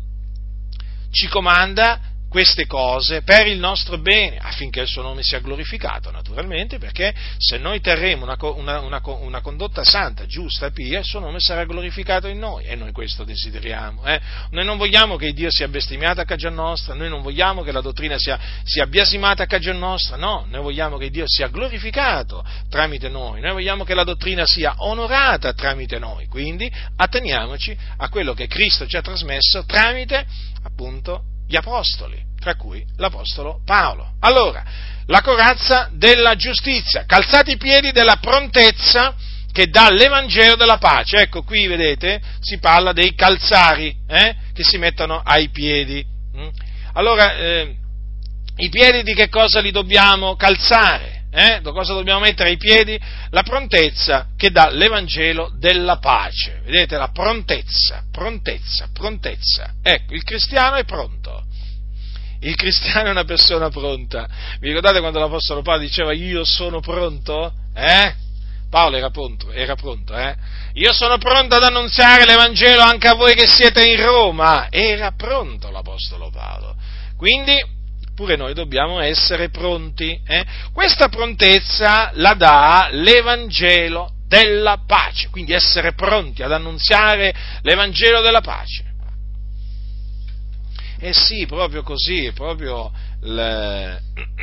Ci comanda queste cose per il nostro bene, affinché il suo nome sia glorificato, naturalmente, perché se noi terremo una, una, una, una condotta santa, giusta, pia, il suo nome sarà glorificato in noi, e noi questo desideriamo. Eh? Noi non vogliamo che Dio sia bestemmiato a cagion nostra, noi non vogliamo che la dottrina sia, sia biasimata a cagion nostra, no, noi vogliamo che Dio sia glorificato tramite noi, noi vogliamo che la dottrina sia onorata tramite noi, quindi atteniamoci a quello che Cristo ci ha trasmesso tramite, appunto, gli apostoli, tra cui l'apostolo Paolo. Allora, la corazza della giustizia, calzati i piedi della prontezza che dà l'Evangelo della pace. Ecco, qui vedete, si parla dei calzari eh, che si mettono ai piedi. Allora, eh, i piedi di che cosa li dobbiamo calzare? Eh? Cosa dobbiamo mettere ai piedi? La prontezza che dà l'Evangelo della pace. Vedete, la prontezza, prontezza, prontezza. Ecco, il cristiano è pronto. Il cristiano è una persona pronta. Vi ricordate quando l'Apostolo Paolo diceva io sono pronto? Eh? Paolo era pronto, era pronto, eh? Io sono pronto ad annunziare l'Evangelo anche a voi che siete in Roma. Era pronto l'Apostolo Paolo. Quindi pure noi dobbiamo essere pronti. Eh? Questa prontezza la dà l'Evangelo della pace, quindi essere pronti ad annunziare l'Evangelo della pace. Eh sì, proprio così, è proprio, le...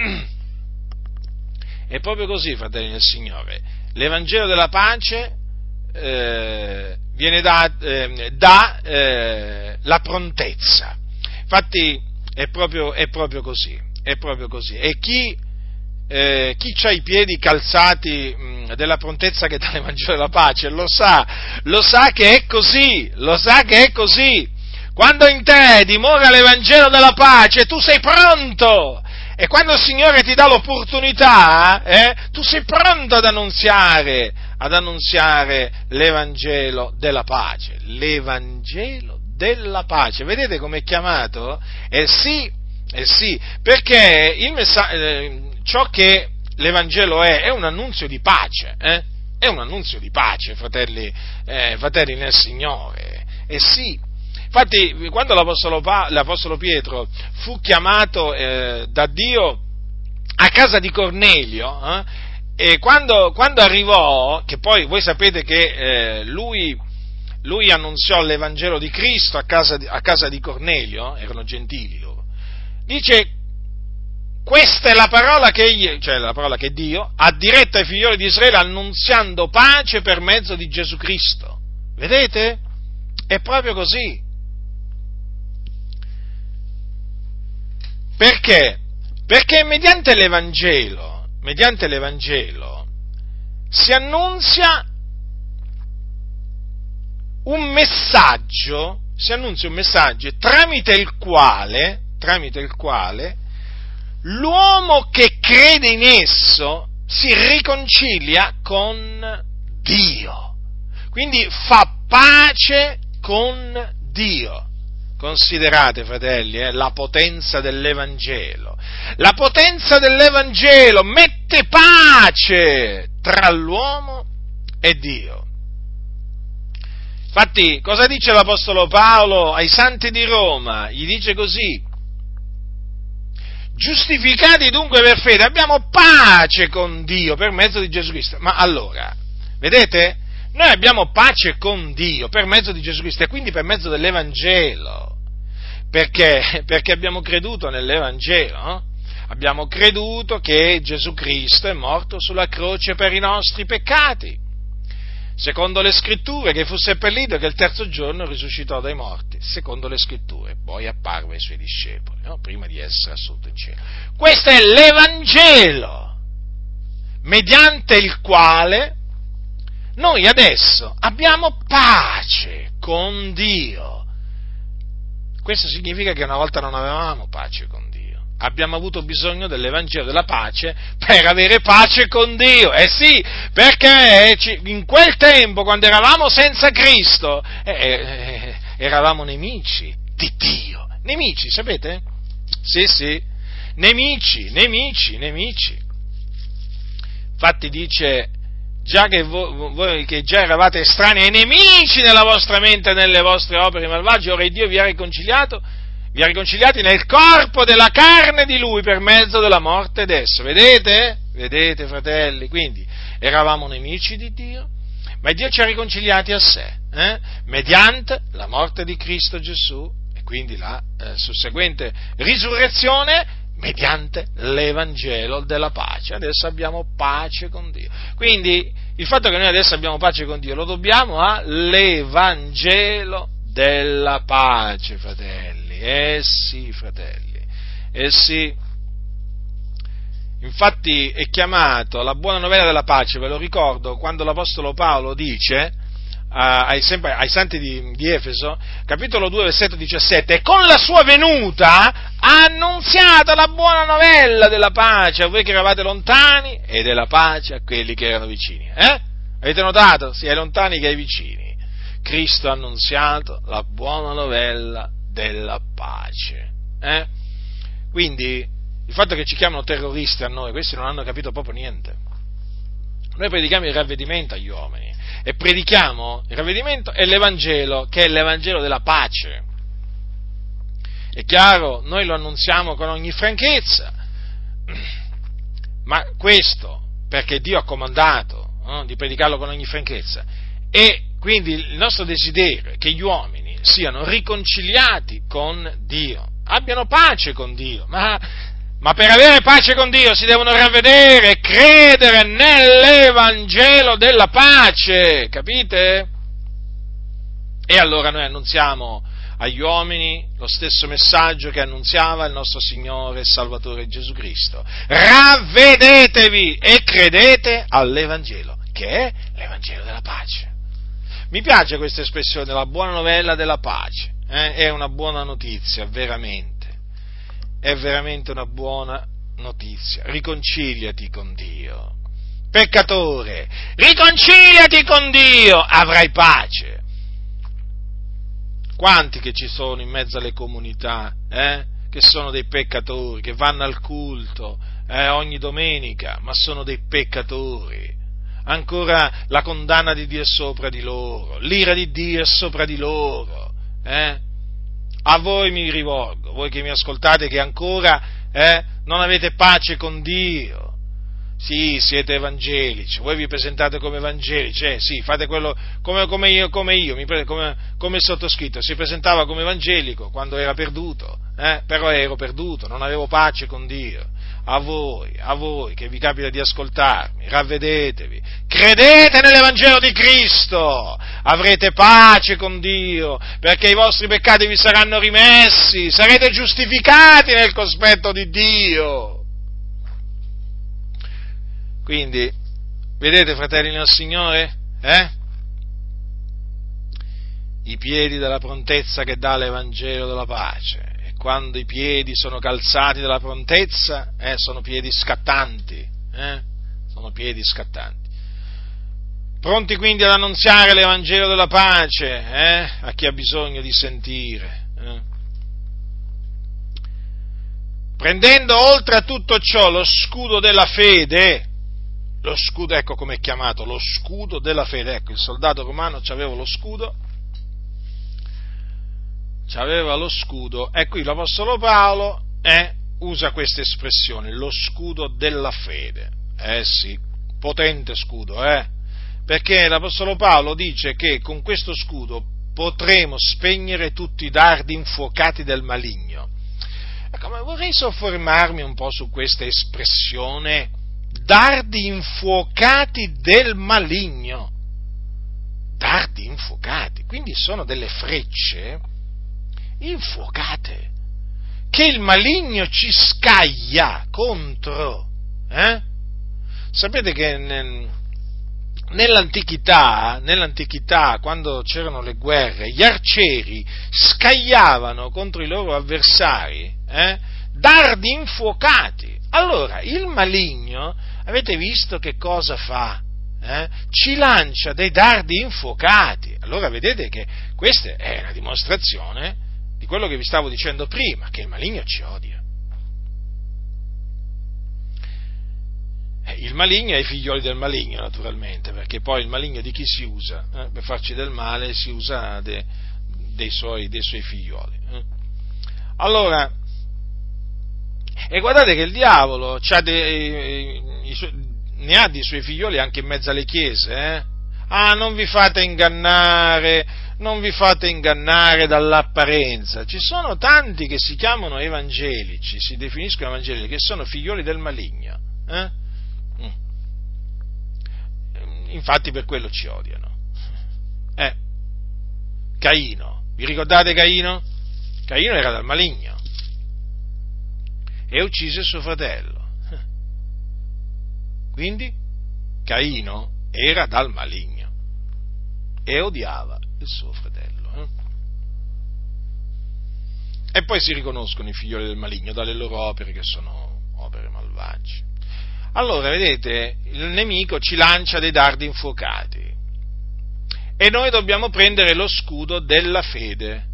è proprio così, fratelli del Signore. L'Evangelo della pace eh, viene da, eh, da eh, la prontezza. Infatti, È proprio, è proprio così, è proprio così. E chi, eh, chi ha i piedi calzati mh, della prontezza che dà l'Evangelo della pace, lo sa, lo sa che è così, lo sa che è così. Quando in te dimora l'Evangelo della pace, tu sei pronto. E quando il Signore ti dà l'opportunità, eh, tu sei pronto ad annunziare, ad annunziare l'Evangelo della pace. L'Evangelo della pace, vedete come è chiamato? Eh sì, eh sì, perché il messa- eh, ciò che l'Evangelo è, è un annunzio di pace, eh? È un annunzio di pace, fratelli, eh, fratelli nel Signore, eh sì. Infatti, quando l'Apostolo, pa- l'Apostolo Pietro fu chiamato eh, da Dio a casa di Cornelio, eh, e quando, quando arrivò, che poi voi sapete che eh, lui Lui annunziò l'Evangelo di Cristo a casa di, a casa di Cornelio, erano gentili loro, dice, questa è la parola che egli, cioè la parola che Dio ha diretto ai figlioli di Israele annunziando pace per mezzo di Gesù Cristo. Vedete? È proprio così. Perché? Perché mediante l'Evangelo, mediante l'Evangelo si annunzia un messaggio, si annunzia un messaggio tramite il quale, tramite il quale l'uomo che crede in esso si riconcilia con Dio, quindi fa pace con Dio. Considerate, fratelli, eh, la potenza dell'Evangelo. La potenza dell'Evangelo mette pace tra l'uomo e Dio. Infatti, cosa dice l'Apostolo Paolo ai santi di Roma? Gli dice così: giustificati dunque per fede, abbiamo pace con Dio per mezzo di Gesù Cristo. Ma allora, vedete? Noi abbiamo pace con Dio per mezzo di Gesù Cristo e quindi per mezzo dell'Evangelo. Perché? Perché abbiamo creduto nell'Evangelo, no? Abbiamo creduto che Gesù Cristo è morto sulla croce per i nostri peccati, secondo le scritture, che fu seppellito e che il terzo giorno risuscitò dai morti, secondo le scritture, poi apparve ai suoi discepoli, no? Prima di essere assunto in cielo. Questo è l'Evangelo, mediante il quale noi adesso abbiamo pace con Dio. Questo significa che una volta non avevamo pace con Dio. Abbiamo avuto bisogno dell'Evangelo della pace per avere pace con Dio. Eh sì, perché in quel tempo, quando eravamo senza Cristo, eh, eh, eravamo nemici di Dio. Nemici, sapete? Sì, sì, nemici, nemici, nemici. Infatti dice, già che voi, voi che già eravate estranei e nemici nella vostra mente e nelle vostre opere malvagie, ora Dio vi ha riconciliato, vi ha riconciliati nel corpo della carne di Lui per mezzo della morte d'esso. Vedete? Vedete, fratelli? Quindi eravamo nemici di Dio, ma Dio ci ha riconciliati a sé, eh? mediante la morte di Cristo Gesù e quindi la eh, susseguente risurrezione mediante l'Evangelo della pace. Adesso abbiamo pace con Dio. Quindi il fatto che noi adesso abbiamo pace con Dio lo dobbiamo all'Evangelo della pace, fratelli. Eh sì, fratelli, eh sì. Infatti è chiamato la buona novella della pace, ve lo ricordo, quando l'Apostolo Paolo dice ai, sempre, ai santi di, di Efeso, capitolo due, versetto diciassette, e con la sua venuta ha annunziato la buona novella della pace a voi che eravate lontani e della pace a quelli che erano vicini. Eh? Avete notato? Sia ai lontani che ai vicini. Cristo ha annunziato la buona novella della pace. Eh? Quindi, il fatto che ci chiamano terroristi a noi, questi non hanno capito proprio niente. Noi predichiamo il ravvedimento agli uomini e predichiamo il ravvedimento e l'Evangelo, che è l'Evangelo della pace. È chiaro, noi lo annunziamo con ogni franchezza, ma questo perché Dio ha comandato no, di predicarlo con ogni franchezza, e quindi il nostro desiderio è che gli uomini siano riconciliati con Dio, abbiano pace con Dio, ma, ma per avere pace con Dio si devono ravvedere e credere nell'Evangelo della pace, capite? E allora noi annunziamo agli uomini lo stesso messaggio che annunziava il nostro Signore e Salvatore Gesù Cristo. Ravvedetevi e credete all'Evangelo, che è l'Evangelo della pace. Mi piace questa espressione, la buona novella della pace, eh? È una buona notizia, veramente, è veramente una buona notizia. Riconciliati con Dio, peccatore, riconciliati con Dio, avrai pace. Quanti che ci sono in mezzo alle comunità, eh? Che sono dei peccatori, che vanno al culto eh, ogni domenica, ma sono dei peccatori. Ancora la condanna di Dio è sopra di loro, l'ira di Dio è sopra di loro. Eh? A voi mi rivolgo, voi che mi ascoltate, che ancora eh, non avete pace con Dio. Sì, siete evangelici, voi vi presentate come evangelici, eh, sì, fate quello come, come io, come io, mi, come, come il sottoscritto, si presentava come evangelico quando era perduto, eh, però ero perduto, non avevo pace con Dio. A voi, a voi che vi capita di ascoltarmi, ravvedetevi, credete nell'Evangelo di Cristo, avrete pace con Dio, perché i vostri peccati vi saranno rimessi, sarete giustificati nel cospetto di Dio. Quindi, vedete, fratelli nel Signore, eh? I piedi della prontezza che dà l'Evangelo della pace, e quando i piedi sono calzati dalla prontezza, eh, sono piedi scattanti, eh? Sono piedi scattanti. Pronti quindi ad annunziare l'Evangelo della pace, eh? A chi ha bisogno di sentire, eh? Prendendo oltre a tutto ciò lo scudo della fede. Lo scudo, ecco come è chiamato, lo scudo della fede. Ecco, il soldato romano c'aveva lo scudo, c'aveva lo scudo, e qui l'Apostolo Paolo eh, usa questa espressione, lo scudo della fede. Eh sì, potente scudo, eh? Perché l'Apostolo Paolo dice che con questo scudo potremo spegnere tutti i dardi infuocati del maligno. Ecco, ma vorrei soffermarmi un po' su questa espressione, dardi infuocati del maligno, dardi infuocati, quindi sono delle frecce infuocate che il maligno ci scaglia contro. Eh? Sapete che nel, nell'antichità, nell'antichità, quando c'erano le guerre, gli arcieri scagliavano contro i loro avversari eh, dardi infuocati. Allora, il maligno, avete visto che cosa fa? Eh? Ci lancia dei dardi infuocati. Allora vedete che questa è una dimostrazione di quello che vi stavo dicendo prima, che il maligno ci odia. Il maligno è i figlioli del maligno, naturalmente, perché poi il maligno di chi si usa? Eh? Per farci del male si usa de, dei, suoi, dei suoi figlioli. Eh? Allora, e guardate che il diavolo c'ha dei, i, i, ne ha dei suoi figlioli anche in mezzo alle chiese, eh? Ah, non vi fate ingannare, non vi fate ingannare dall'apparenza. Ci sono tanti che si chiamano evangelici, si definiscono evangelici, che sono figlioli del maligno, eh? Infatti per quello ci odiano. Eh, Caino, vi ricordate Caino? Caino era dal maligno e uccise suo fratello. Quindi Caino era dal maligno e odiava il suo fratello. E poi si riconoscono i figlioli del maligno dalle loro opere, che sono opere malvagie. Allora, vedete, il nemico ci lancia dei dardi infuocati e noi dobbiamo prendere lo scudo della fede.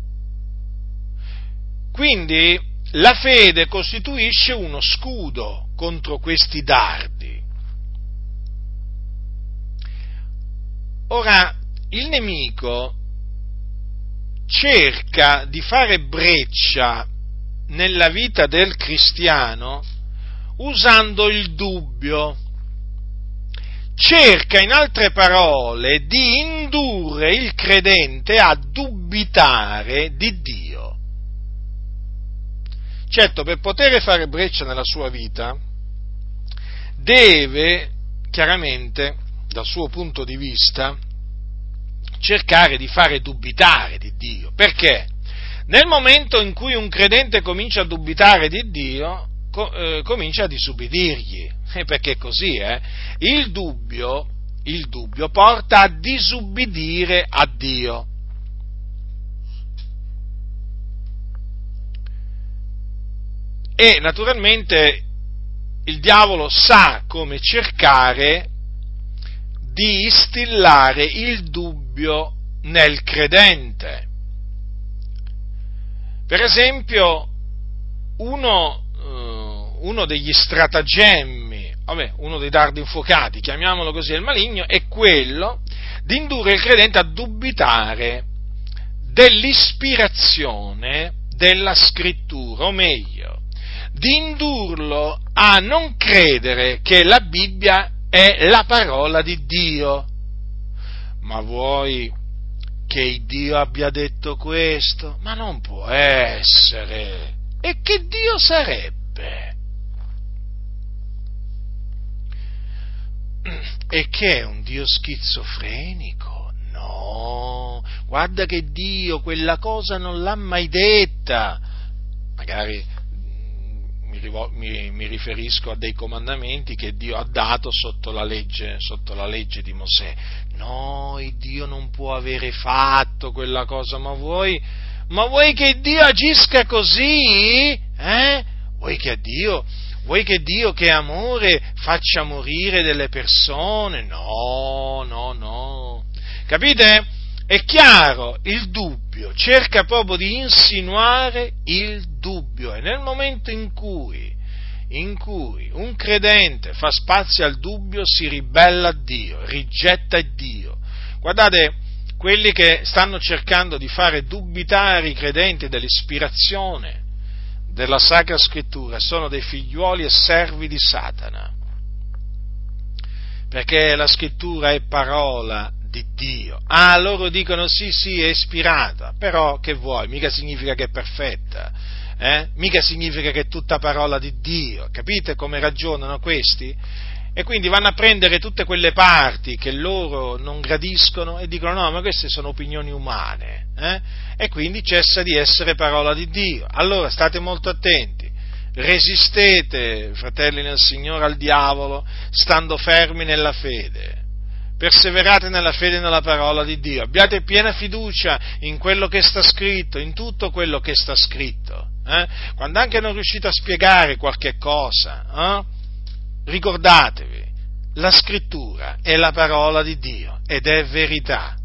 Quindi la fede costituisce uno scudo contro questi dardi. Ora, il nemico cerca di fare breccia nella vita del cristiano usando il dubbio. Cerca, in altre parole, di indurre il credente a dubitare di Dio. Certo, per poter fare breccia nella sua vita, deve, chiaramente, dal suo punto di vista, cercare di fare dubitare di Dio. Perché? Nel momento in cui un credente comincia a dubitare di Dio, co- eh, comincia a disubbidirgli. Eh, perché è così, eh? Il dubbio, il dubbio porta a disubbidire a Dio. E naturalmente il diavolo sa come cercare di instillare il dubbio nel credente. Per esempio, uno, uh, uno degli stratagemmi, vabbè, uno dei dardi infuocati, chiamiamolo così, del maligno, è quello di indurre il credente a dubitare dell'ispirazione della scrittura, o meglio, di indurlo a non credere che la Bibbia è la parola di Dio. Ma vuoi che Dio abbia detto questo? Ma non può essere. E che Dio sarebbe? E che è un Dio schizofrenico? No, guarda che Dio quella cosa non l'ha mai detta. Magari Mi, mi riferisco a dei comandamenti che Dio ha dato sotto la legge, sotto la legge di Mosè. No, Dio non può avere fatto quella cosa, ma vuoi, ma vuoi che Dio agisca così? Eh? Vuoi che Dio, vuoi che Dio, che è amore, faccia morire delle persone? No, no, no. Capite? È chiaro, il dubbio, cerca proprio di insinuare il dubbio, e nel momento in cui, in cui un credente fa spazio al dubbio si ribella a Dio, rigetta Dio. Guardate, quelli che stanno cercando di fare dubitare i credenti dell'ispirazione della Sacra Scrittura sono dei figliuoli e servi di Satana, perché la Scrittura è parola di Dio. Ah, loro dicono sì, sì, è ispirata, però che vuoi? Mica significa che è perfetta, eh? Mica significa che è tutta parola di Dio. Capite come ragionano questi? E quindi vanno a prendere tutte quelle parti che loro non gradiscono e dicono no, ma queste sono opinioni umane, eh? E quindi cessa di essere parola di Dio. Allora state molto attenti. Resistete, fratelli nel Signore, al diavolo, stando fermi nella fede. Perseverate nella fede e nella parola di Dio, abbiate piena fiducia in quello che sta scritto, in tutto quello che sta scritto. Eh? Quando anche non riuscite a spiegare qualche cosa, eh? ricordatevi, la Scrittura è la parola di Dio ed è verità.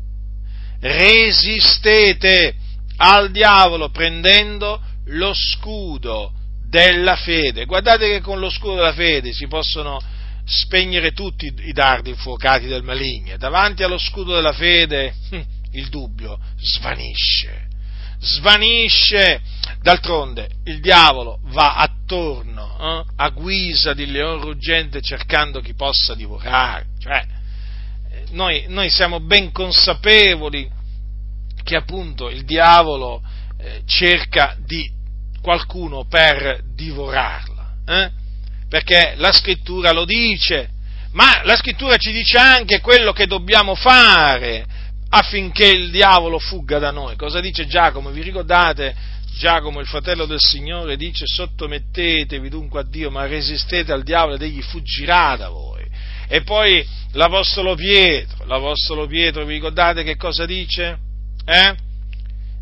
Resistete al diavolo prendendo lo scudo della fede. Guardate che con lo scudo della fede si possono spegnere tutti i dardi infuocati del maligno. Davanti allo scudo della fede il dubbio svanisce, svanisce. D'altronde il diavolo va attorno eh, a guisa di leone ruggente cercando chi possa divorare. Cioè, noi, noi siamo ben consapevoli che appunto il diavolo eh, cerca di qualcuno per divorarla, eh? Perché la Scrittura lo dice, ma la Scrittura ci dice anche quello che dobbiamo fare affinché il diavolo fugga da noi. Cosa dice Giacomo? Vi ricordate? Giacomo, il fratello del Signore, dice: sottomettetevi dunque a Dio, ma resistete al diavolo ed egli fuggirà da voi. E poi l'Apostolo Pietro, l'Apostolo Pietro, vi ricordate che cosa dice? Eh?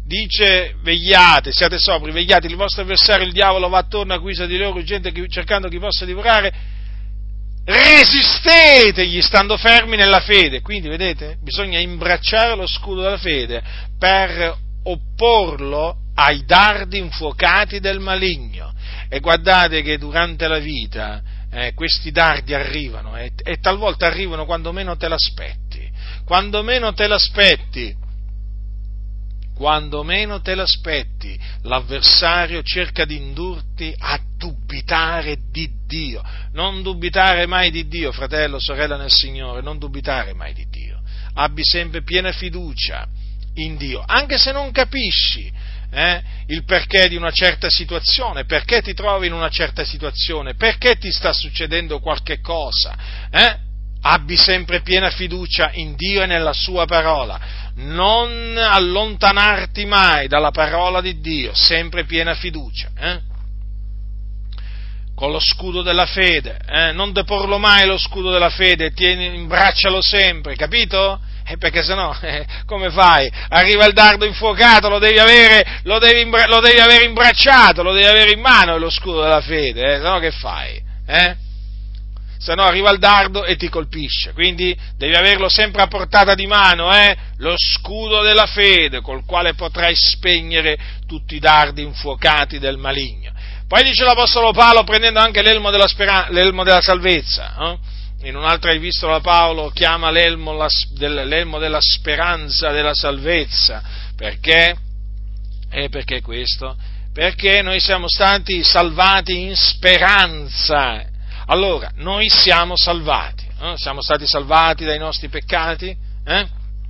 dice vegliate, siate sobri, vegliate, il vostro avversario il diavolo va attorno a guisa di loro gente cercando chi possa divorare, resistetegli stando fermi nella fede. Quindi vedete, bisogna imbracciare lo scudo della fede per opporlo ai dardi infuocati del maligno. E guardate che durante la vita eh, questi dardi arrivano e, e talvolta arrivano quando meno te l'aspetti, quando meno te l'aspetti. Quando meno te l'aspetti, l'avversario cerca di indurti a dubitare di Dio. Non dubitare mai di Dio, fratello, sorella nel Signore, non dubitare mai di Dio. Abbi sempre piena fiducia in Dio, anche se non capisci eh, il perché di una certa situazione, perché ti trovi in una certa situazione, perché ti sta succedendo qualche cosa, eh? Abbi sempre piena fiducia in Dio e nella Sua parola. Non allontanarti mai dalla parola di Dio, sempre piena fiducia, eh? Con lo scudo della fede, eh? Non deporlo mai lo scudo della fede, tieni, imbraccialo sempre, capito? Eh, perché sennò, eh, come fai? Arriva il dardo infuocato, lo devi avere, lo devi, imbra- lo devi avere imbracciato, lo devi avere in mano lo scudo della fede, eh? Sennò che fai? Eh? Se no arriva il dardo e ti colpisce, quindi devi averlo sempre a portata di mano, eh? Lo scudo della fede, col quale potrai spegnere tutti i dardi infuocati del maligno. Poi dice l'Apostolo Paolo, prendendo anche l'elmo della, speran- l'elmo della salvezza, eh? In un'altra epistola Paolo chiama l'elmo, la, del, l'elmo della speranza della salvezza, perché? E perché questo? Perché noi siamo stati salvati in speranza. Allora, noi siamo salvati, eh? Siamo stati salvati dai nostri peccati, eh?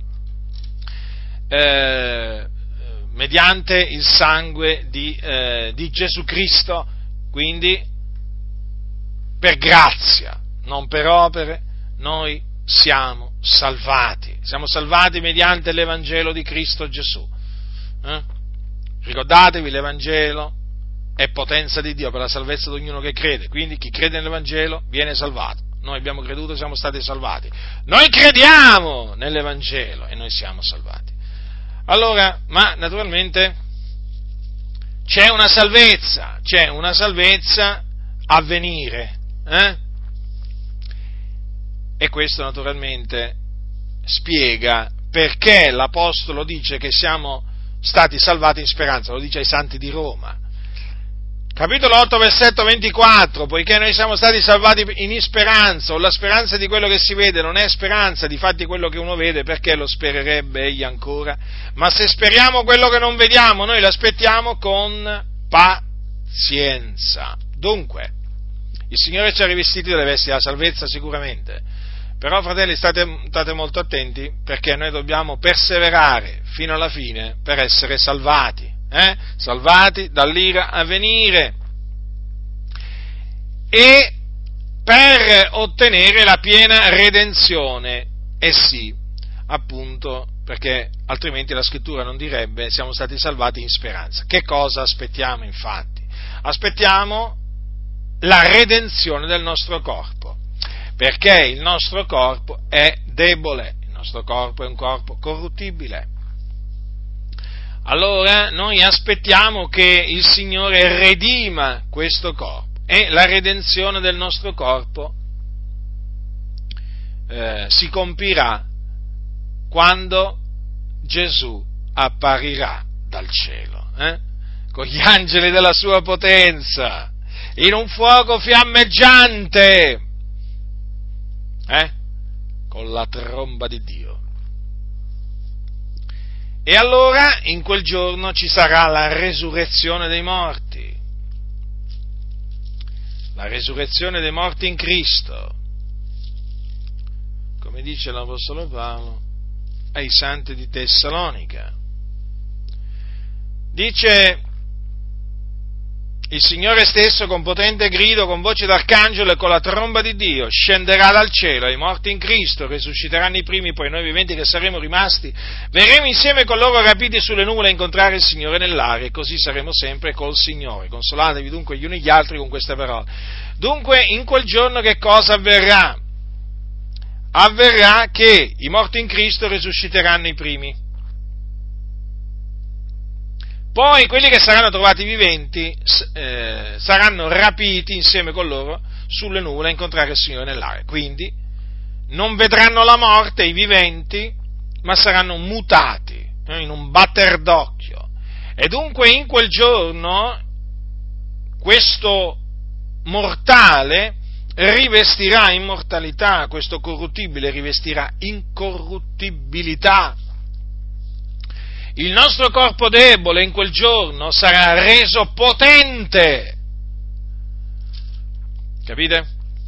Eh, mediante il sangue di, eh, di Gesù Cristo, quindi per grazia, non per opere, noi siamo salvati, siamo salvati mediante l'Evangelo di Cristo Gesù. Eh? Ricordatevi, l'Evangelo è potenza di Dio per la salvezza di ognuno che crede, quindi chi crede nell'Evangelo viene salvato. Noi abbiamo creduto e siamo stati salvati. Noi crediamo nell'Evangelo e noi siamo salvati. Allora, ma naturalmente c'è una salvezza, c'è una salvezza a venire, eh? E questo naturalmente spiega perché l'Apostolo dice che siamo stati salvati in speranza, lo dice ai santi di Roma. Capitolo otto, versetto ventiquattro, poiché noi siamo stati salvati in speranza, o la speranza di quello che si vede non è speranza, difatti quello che uno vede, perché lo spererebbe egli ancora? Ma se speriamo quello che non vediamo, noi l'aspettiamo con pazienza. Dunque, il Signore ci ha rivestiti delle vesti della salvezza sicuramente, però fratelli state, state molto attenti, perché noi dobbiamo perseverare fino alla fine per essere salvati. Eh? Salvati dall'ira a venire e per ottenere la piena redenzione, e sì, appunto, perché altrimenti la scrittura non direbbe siamo stati salvati in speranza. Che cosa aspettiamo infatti? Aspettiamo la redenzione del nostro corpo, perché il nostro corpo è debole, il nostro corpo è un corpo corruttibile. Allora noi aspettiamo che il Signore redima questo corpo, e la redenzione del nostro corpo eh, si compirà quando Gesù apparirà dal cielo, eh? Con gli angeli della sua potenza, in un fuoco fiammeggiante, eh? Con la tromba di Dio. E allora in quel giorno ci sarà la resurrezione dei morti, la resurrezione dei morti in Cristo, come dice l'Apostolo Paolo ai santi di Tessalonica. Dice: il Signore stesso con potente grido, con voce d'arcangelo e con la tromba di Dio scenderà dal cielo, e i morti in Cristo risusciteranno i primi, poi noi viventi che saremo rimasti verremo insieme con loro rapiti sulle nuvole a incontrare il Signore nell'aria, e così saremo sempre col Signore. Consolatevi dunque gli uni gli altri con queste parole. Dunque in quel giorno che cosa avverrà? Avverrà che i morti in Cristo risusciteranno i primi. Poi quelli che saranno trovati viventi eh, saranno rapiti insieme con loro sulle nuvole a incontrare il Signore nell'aria. Quindi non vedranno la morte i viventi, ma saranno mutati eh, in un batter d'occhio. E dunque in quel giorno questo mortale rivestirà immortalità, questo corruttibile rivestirà incorruttibilità. Il nostro corpo debole in quel giorno sarà reso potente. Capite?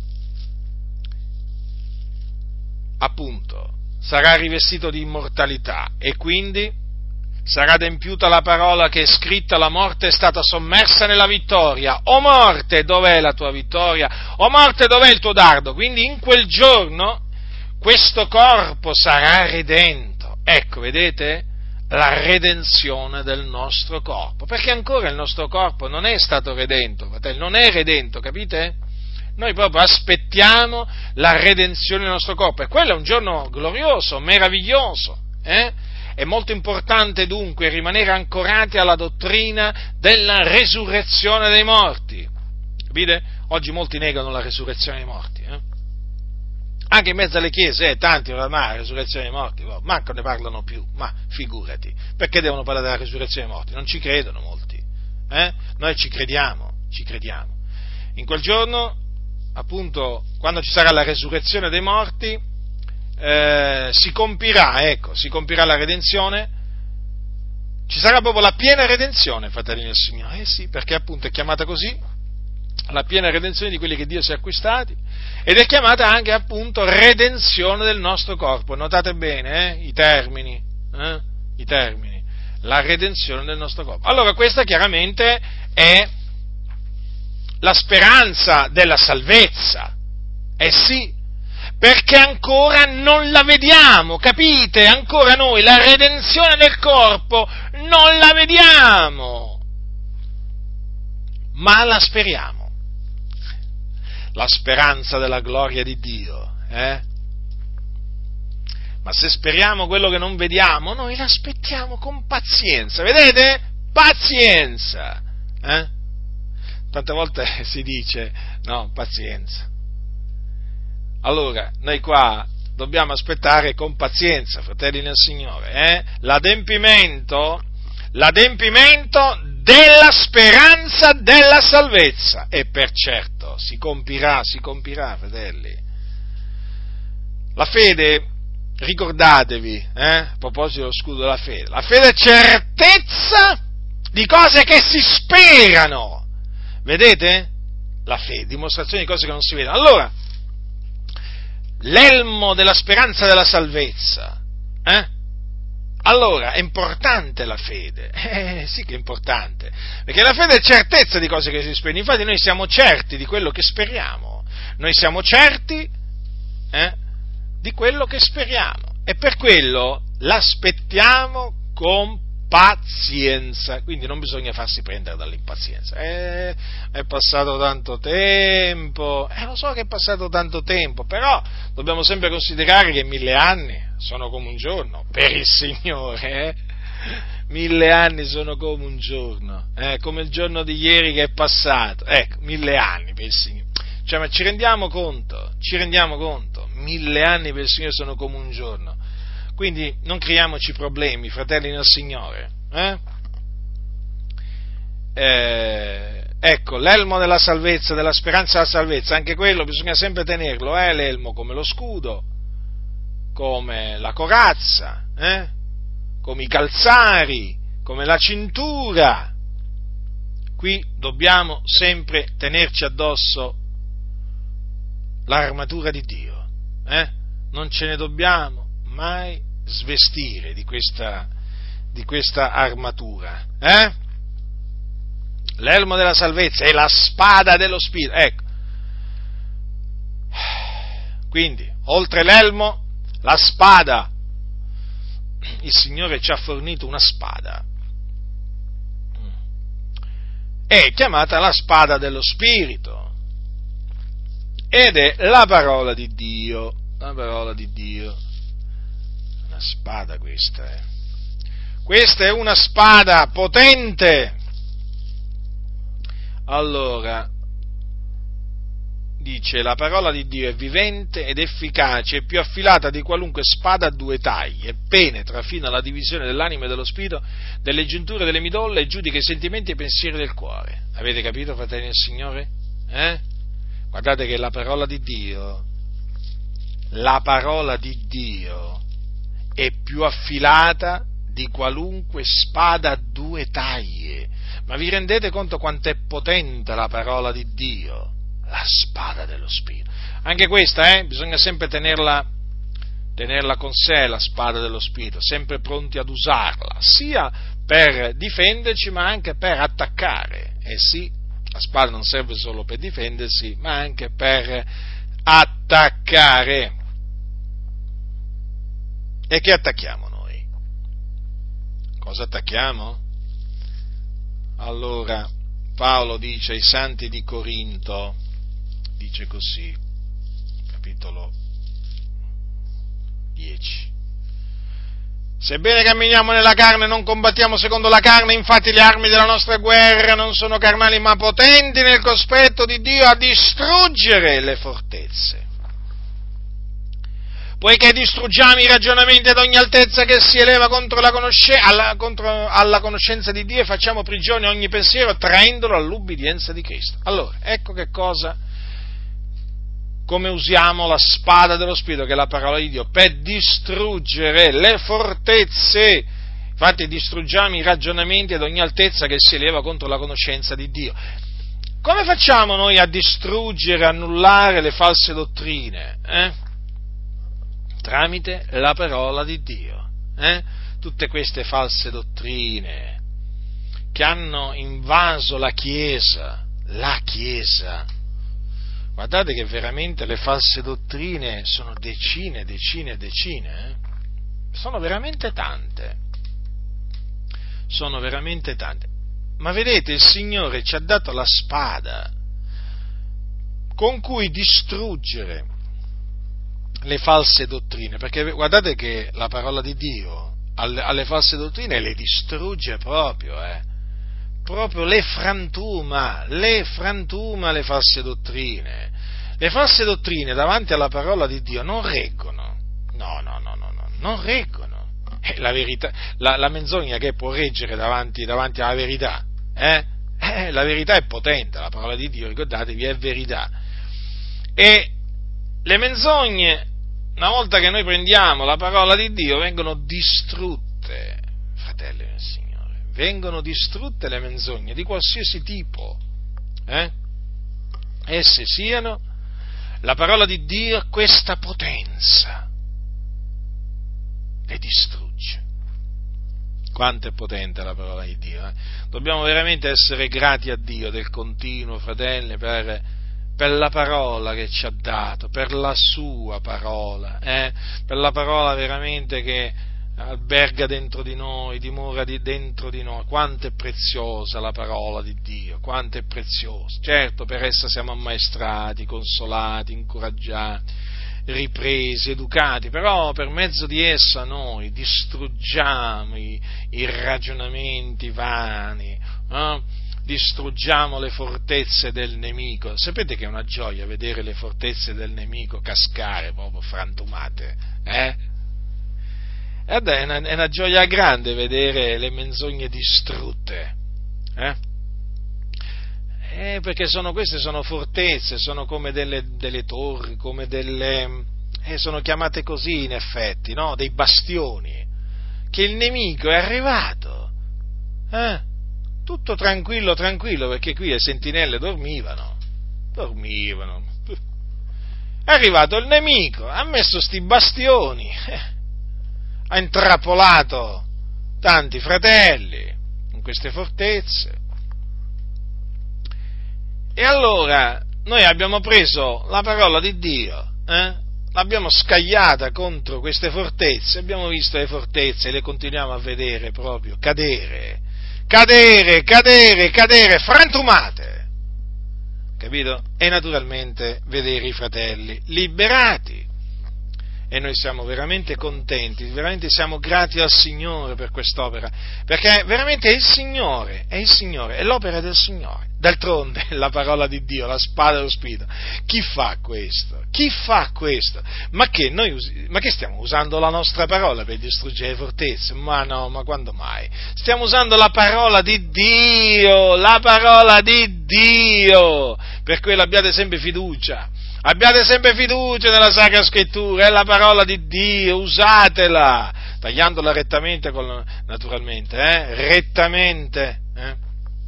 Appunto, sarà rivestito di immortalità e quindi sarà adempiuta la parola che è scritta: la morte è stata sommersa nella vittoria. O morte, dov'è la tua vittoria? O morte, dov'è il tuo dardo? Quindi in quel giorno questo corpo sarà redento. Ecco, vedete? La redenzione del nostro corpo, perché ancora il nostro corpo non è stato redento, fratelli, non è redento, capite? Noi proprio aspettiamo la redenzione del nostro corpo, e quello è un giorno glorioso, meraviglioso, eh? È molto importante dunque rimanere ancorati alla dottrina della resurrezione dei morti, capite? Oggi molti negano la resurrezione dei morti, eh? Anche in mezzo alle chiese, eh, tanti oramai la resurrezione dei morti, manco ne parlano più, ma figurati, perché devono parlare della resurrezione dei morti? Non ci credono molti, eh? Noi ci crediamo, ci crediamo. In quel giorno, appunto, quando ci sarà la resurrezione dei morti, eh, si compirà, ecco, si compirà la redenzione, ci sarà proprio la piena redenzione, fratelli del Signore, eh sì, perché appunto è chiamata così, la piena redenzione di quelli che Dio si è acquistati, ed è chiamata anche appunto redenzione del nostro corpo. Notate bene eh, i termini, eh, i termini, la redenzione del nostro corpo. Allora questa chiaramente è la speranza della salvezza, eh sì, perché ancora non la vediamo, capite? Ancora noi la redenzione del corpo non la vediamo, ma la speriamo. La speranza della gloria di Dio, eh? Ma se speriamo quello che non vediamo, noi l'aspettiamo con pazienza, vedete? Pazienza, eh? Tante volte si dice, no, pazienza. Allora, noi qua dobbiamo aspettare con pazienza, fratelli nel Signore, eh? L'adempimento, l'adempimento della speranza della salvezza, e per certo si compirà, si compirà, fratelli. La fede, ricordatevi, eh, a proposito dello scudo della fede, la fede è certezza di cose che si sperano, vedete? La fede, dimostrazione di cose che non si vedono. Allora, l'elmo della speranza della salvezza, eh? Allora, è importante la fede, eh, sì che è importante, perché la fede è certezza di cose che si sperano, infatti noi siamo certi di quello che speriamo, noi siamo certi eh, di quello che speriamo, e per quello l'aspettiamo con pazienza, quindi non bisogna farsi prendere dall'impazienza, eh, è passato tanto tempo, eh, lo so che è passato tanto tempo, però dobbiamo sempre considerare che mille anni sono come un giorno, per il Signore, eh? Mille anni sono come un giorno, eh? Come il giorno di ieri che è passato, ecco, mille anni per il Signore, cioè ma ci rendiamo conto, ci rendiamo conto, mille anni per il Signore sono come un giorno, quindi non creiamoci problemi, fratelli nel Signore, eh? Eh, ecco, l'elmo della salvezza, della speranza della salvezza, anche quello bisogna sempre tenerlo, eh? L'elmo come lo scudo, come la corazza, eh? Come i calzari, come la cintura. Qui dobbiamo sempre tenerci addosso l'armatura di Dio, eh? Non ce ne dobbiamo mai svestire di questa, di questa armatura, eh? L'elmo della salvezza è la spada dello Spirito, ecco. Quindi, oltre l'elmo, la spada, il Signore ci ha fornito una spada, è chiamata la spada dello Spirito, ed è la parola di Dio, la parola di Dio, una spada questa, eh. Questa è una spada potente. Allora, dice, la parola di Dio è vivente ed efficace, è più affilata di qualunque spada a due tagli, e penetra fino alla divisione dell'anima e dello spirito, delle giunture delle midolle, e giudica i sentimenti e i pensieri del cuore. Avete capito, fratelli del Signore? Eh? Guardate che la parola di Dio, la parola di Dio è più affilata di qualunque spada a due taglie. Ma vi rendete conto quanto è potente la parola di Dio? La spada dello Spirito. Anche questa, eh, bisogna sempre tenerla, tenerla con sé, la spada dello Spirito, sempre pronti ad usarla, sia per difenderci ma anche per attaccare. Eh sì, la spada non serve solo per difendersi, ma anche per attaccare. E che attacchiamo noi? Cosa attacchiamo? Allora, Paolo dice ai santi di Corinto, dice così, capitolo dieci. Sebbene camminiamo nella carne, non combattiamo secondo la carne, infatti le armi della nostra guerra non sono carnali, ma potenti nel cospetto di Dio a distruggere le fortezze. Poiché distruggiamo i ragionamenti ad ogni altezza che si eleva contro la conosce- alla, contro, alla conoscenza di Dio, e facciamo prigione ogni pensiero, traendolo all'ubbidienza di Cristo. Allora, ecco che cosa, come usiamo la spada dello Spirito, che è la parola di Dio, per distruggere le fortezze. Infatti distruggiamo i ragionamenti ad ogni altezza che si eleva contro la conoscenza di Dio. Come facciamo noi a distruggere, annullare le false dottrine? Eh? Tramite la parola di Dio. Eh? Tutte queste false dottrine che hanno invaso la Chiesa, la Chiesa. Guardate che veramente le false dottrine sono decine, decine e decine. Eh? Sono veramente tante. Sono veramente tante. Ma vedete, il Signore ci ha dato la spada con cui distruggere le false dottrine, perché guardate che la parola di Dio alle, alle false dottrine le distrugge proprio, eh, proprio le frantuma, le frantuma le false dottrine. Le false dottrine davanti alla parola di Dio non reggono, no, no, no, no, no non reggono. Eh, la verità, la, la menzogna che può reggere davanti, davanti alla verità, eh? Eh, la verità è potente, la parola di Dio, ricordatevi, è verità. E le menzogne, una volta che noi prendiamo la parola di Dio, vengono distrutte, fratelli del Signore, vengono distrutte le menzogne di qualsiasi tipo, eh? Esse siano, la parola di Dio ha questa potenza, le distrugge. Quanto è potente la parola di Dio, eh? Dobbiamo veramente essere grati a Dio del continuo, fratelli, per... per la parola che ci ha dato, per la sua parola, eh? per la parola veramente che alberga dentro di noi, dimora di, dentro di noi. Quanto è preziosa la parola di Dio, quanto è preziosa. Certo, per essa siamo ammaestrati, consolati, incoraggiati, ripresi, educati, però per mezzo di essa noi distruggiamo i, i ragionamenti vani, eh? Distruggiamo le fortezze del nemico. Sapete che è una gioia vedere le fortezze del nemico cascare, proprio frantumate, eh? Ed è una, è una gioia grande vedere le menzogne distrutte, eh? Eh, perché sono, queste sono fortezze, sono come delle, delle torri, come delle, eh, sono chiamate così in effetti, no? Dei bastioni, che il nemico è arrivato, eh? Tutto tranquillo, tranquillo, perché qui le sentinelle dormivano, dormivano. È arrivato il nemico, ha messo sti bastioni, eh, ha intrappolato tanti fratelli in queste fortezze. E allora noi abbiamo preso la parola di Dio, eh, l'abbiamo scagliata contro queste fortezze, abbiamo visto le fortezze e le continuiamo a vedere proprio cadere. Cadere, cadere, cadere, frantumate, capito? E naturalmente vedere i fratelli liberati. e noi siamo veramente contenti, veramente siamo grati al Signore per quest'opera, perché veramente è il Signore, è il Signore, è l'opera del Signore. D'altronde la parola di Dio, la spada dello Spirito, chi fa questo? Chi fa questo? Ma che noi usi, ma che stiamo usando la nostra parola per distruggere le fortezze? Ma no, ma quando mai? Stiamo usando la parola di Dio, la parola di Dio, per quello abbiate sempre fiducia. Abbiate sempre fiducia nella Sacra Scrittura, è la parola di Dio, usatela, tagliandola rettamente, con, naturalmente, eh? rettamente. Eh?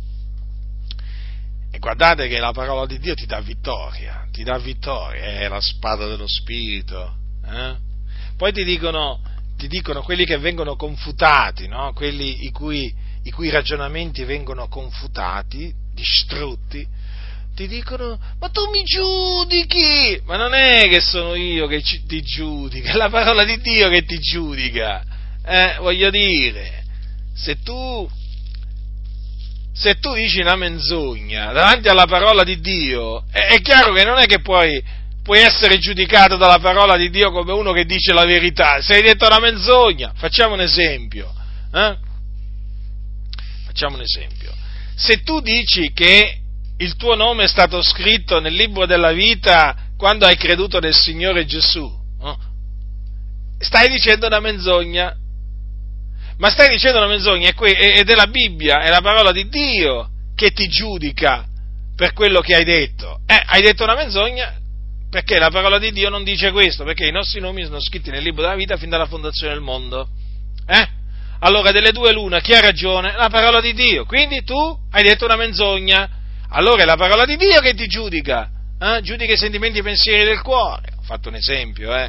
E guardate che la parola di Dio ti dà vittoria, ti dà vittoria, è la spada dello Spirito. Eh? Poi ti dicono, ti dicono quelli che vengono confutati, no? Quelli i cui, i cui ragionamenti vengono confutati, distrutti, ti dicono, ma tu mi giudichi, ma non è che sono io che ci, ti giudica, è la parola di Dio che ti giudica, eh, voglio dire, se tu, se tu dici una menzogna davanti alla parola di Dio, è, è chiaro che non è che puoi, puoi essere giudicato dalla parola di Dio come uno che dice la verità, se hai detto una menzogna, facciamo un esempio, eh? facciamo un esempio, se tu dici che il tuo nome è stato scritto nel libro della vita quando hai creduto nel Signore Gesù, no? Stai dicendo una menzogna, ma stai dicendo una menzogna ed è la Bibbia, è la parola di Dio che ti giudica per quello che hai detto. Eh, hai detto una menzogna perché la parola di Dio non dice questo, perché i nostri nomi sono scritti nel libro della vita fin dalla fondazione del mondo. Eh? Allora, delle due l'una, chi ha ragione? La parola di Dio. Quindi tu hai detto una menzogna. Allora è la parola di Dio che ti giudica, eh? giudica i sentimenti e i pensieri del cuore. Ho fatto un esempio, eh?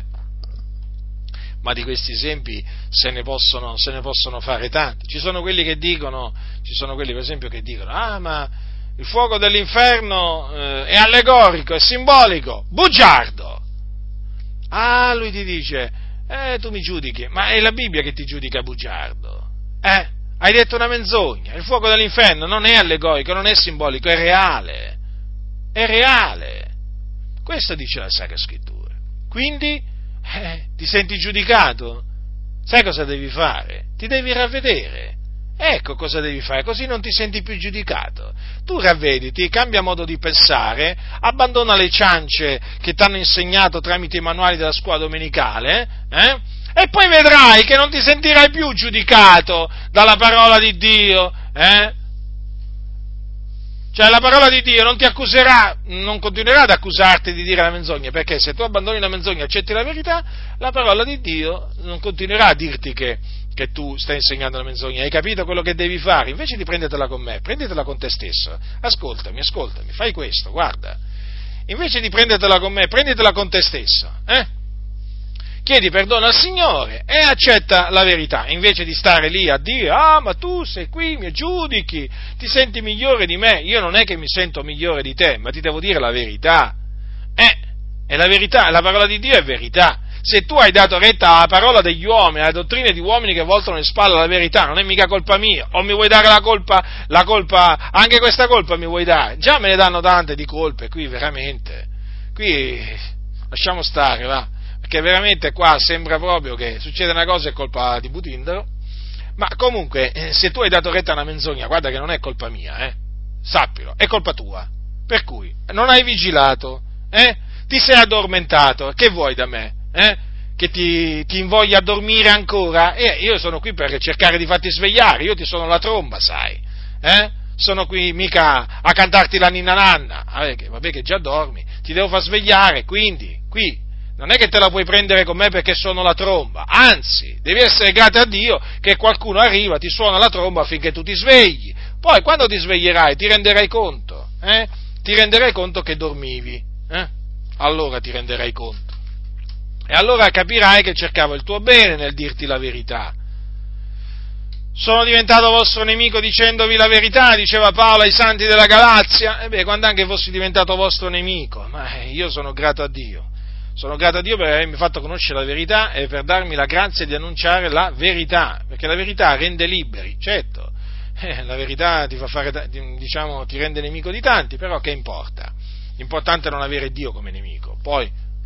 ma di questi esempi se ne possono, se ne possono fare tanti. Ci sono quelli che dicono, ci sono quelli per esempio che dicono, ah ma il fuoco dell'inferno eh, è allegorico, è simbolico, bugiardo. Ah, lui ti dice, eh tu mi giudichi, ma è la Bibbia che ti giudica bugiardo, eh? Hai detto una menzogna, il fuoco dell'inferno non è allegorico, non è simbolico, è reale, è reale, questo dice la Sacra Scrittura, quindi eh, ti senti giudicato, sai cosa devi fare? Ti devi ravvedere, ecco cosa devi fare, così non ti senti più giudicato, tu ravvediti, cambia modo di pensare, abbandona le ciance che ti hanno insegnato tramite i manuali della scuola domenicale, eh? E poi vedrai che non ti sentirai più giudicato dalla parola di Dio, eh? Cioè la parola di Dio non ti accuserà, non continuerà ad accusarti di dire la menzogna, perché se tu abbandoni la menzogna e accetti la verità, la parola di Dio non continuerà a dirti che, che tu stai insegnando la menzogna, hai capito quello che devi fare? Invece di prendetela con me, prendetela con te stesso, ascoltami, ascoltami, fai questo, guarda, invece di prendetela con me, prendetela con te stesso, eh? Chiedi perdono al Signore e accetta la verità, invece di stare lì a dire, ah ma tu sei qui, mi giudichi, ti senti migliore di me, io non è che mi sento migliore di te, ma ti devo dire la verità, eh, è la verità, la parola di Dio è verità, se tu hai dato retta alla parola degli uomini, alle dottrine di uomini che voltano le spalle alla verità, non è mica colpa mia, o mi vuoi dare la colpa, la colpa, anche questa colpa mi vuoi dare, già me ne danno tante di colpe, qui veramente, qui lasciamo stare, va. Perché veramente qua sembra proprio che succede una cosa è colpa di Butindaro, ma comunque eh, se tu hai dato retta a una menzogna, guarda che non è colpa mia, eh? Sappilo, è colpa tua, per cui non hai vigilato, eh? Ti sei addormentato, che vuoi da me? Eh? Che ti, ti invoglia a dormire ancora? Eh, io sono qui per cercare di farti svegliare, io ti sono la tromba, sai, eh? Sono qui mica a cantarti la ninna nanna, vabbè che, vabbè che già dormi, ti devo far svegliare, quindi, qui, non è che te la puoi prendere con me perché sono la tromba, anzi, devi essere grato a Dio che qualcuno arriva, ti suona la tromba affinché tu ti svegli, poi quando ti sveglierai ti renderai conto, eh? Ti renderai conto che dormivi, eh? Allora ti renderai conto, e allora capirai che cercavo il tuo bene nel dirti la verità. Sono diventato vostro nemico dicendovi la verità, diceva Paolo ai santi della Galazia, e beh, quando anche fossi diventato vostro nemico, ma io sono grato a Dio. Sono grato a Dio per avermi fatto conoscere la verità e per darmi la grazia di annunciare la verità, perché la verità rende liberi, certo, eh, la verità ti fa fare, diciamo, ti rende nemico di tanti, però che importa? L'importante è non avere Dio come nemico, poi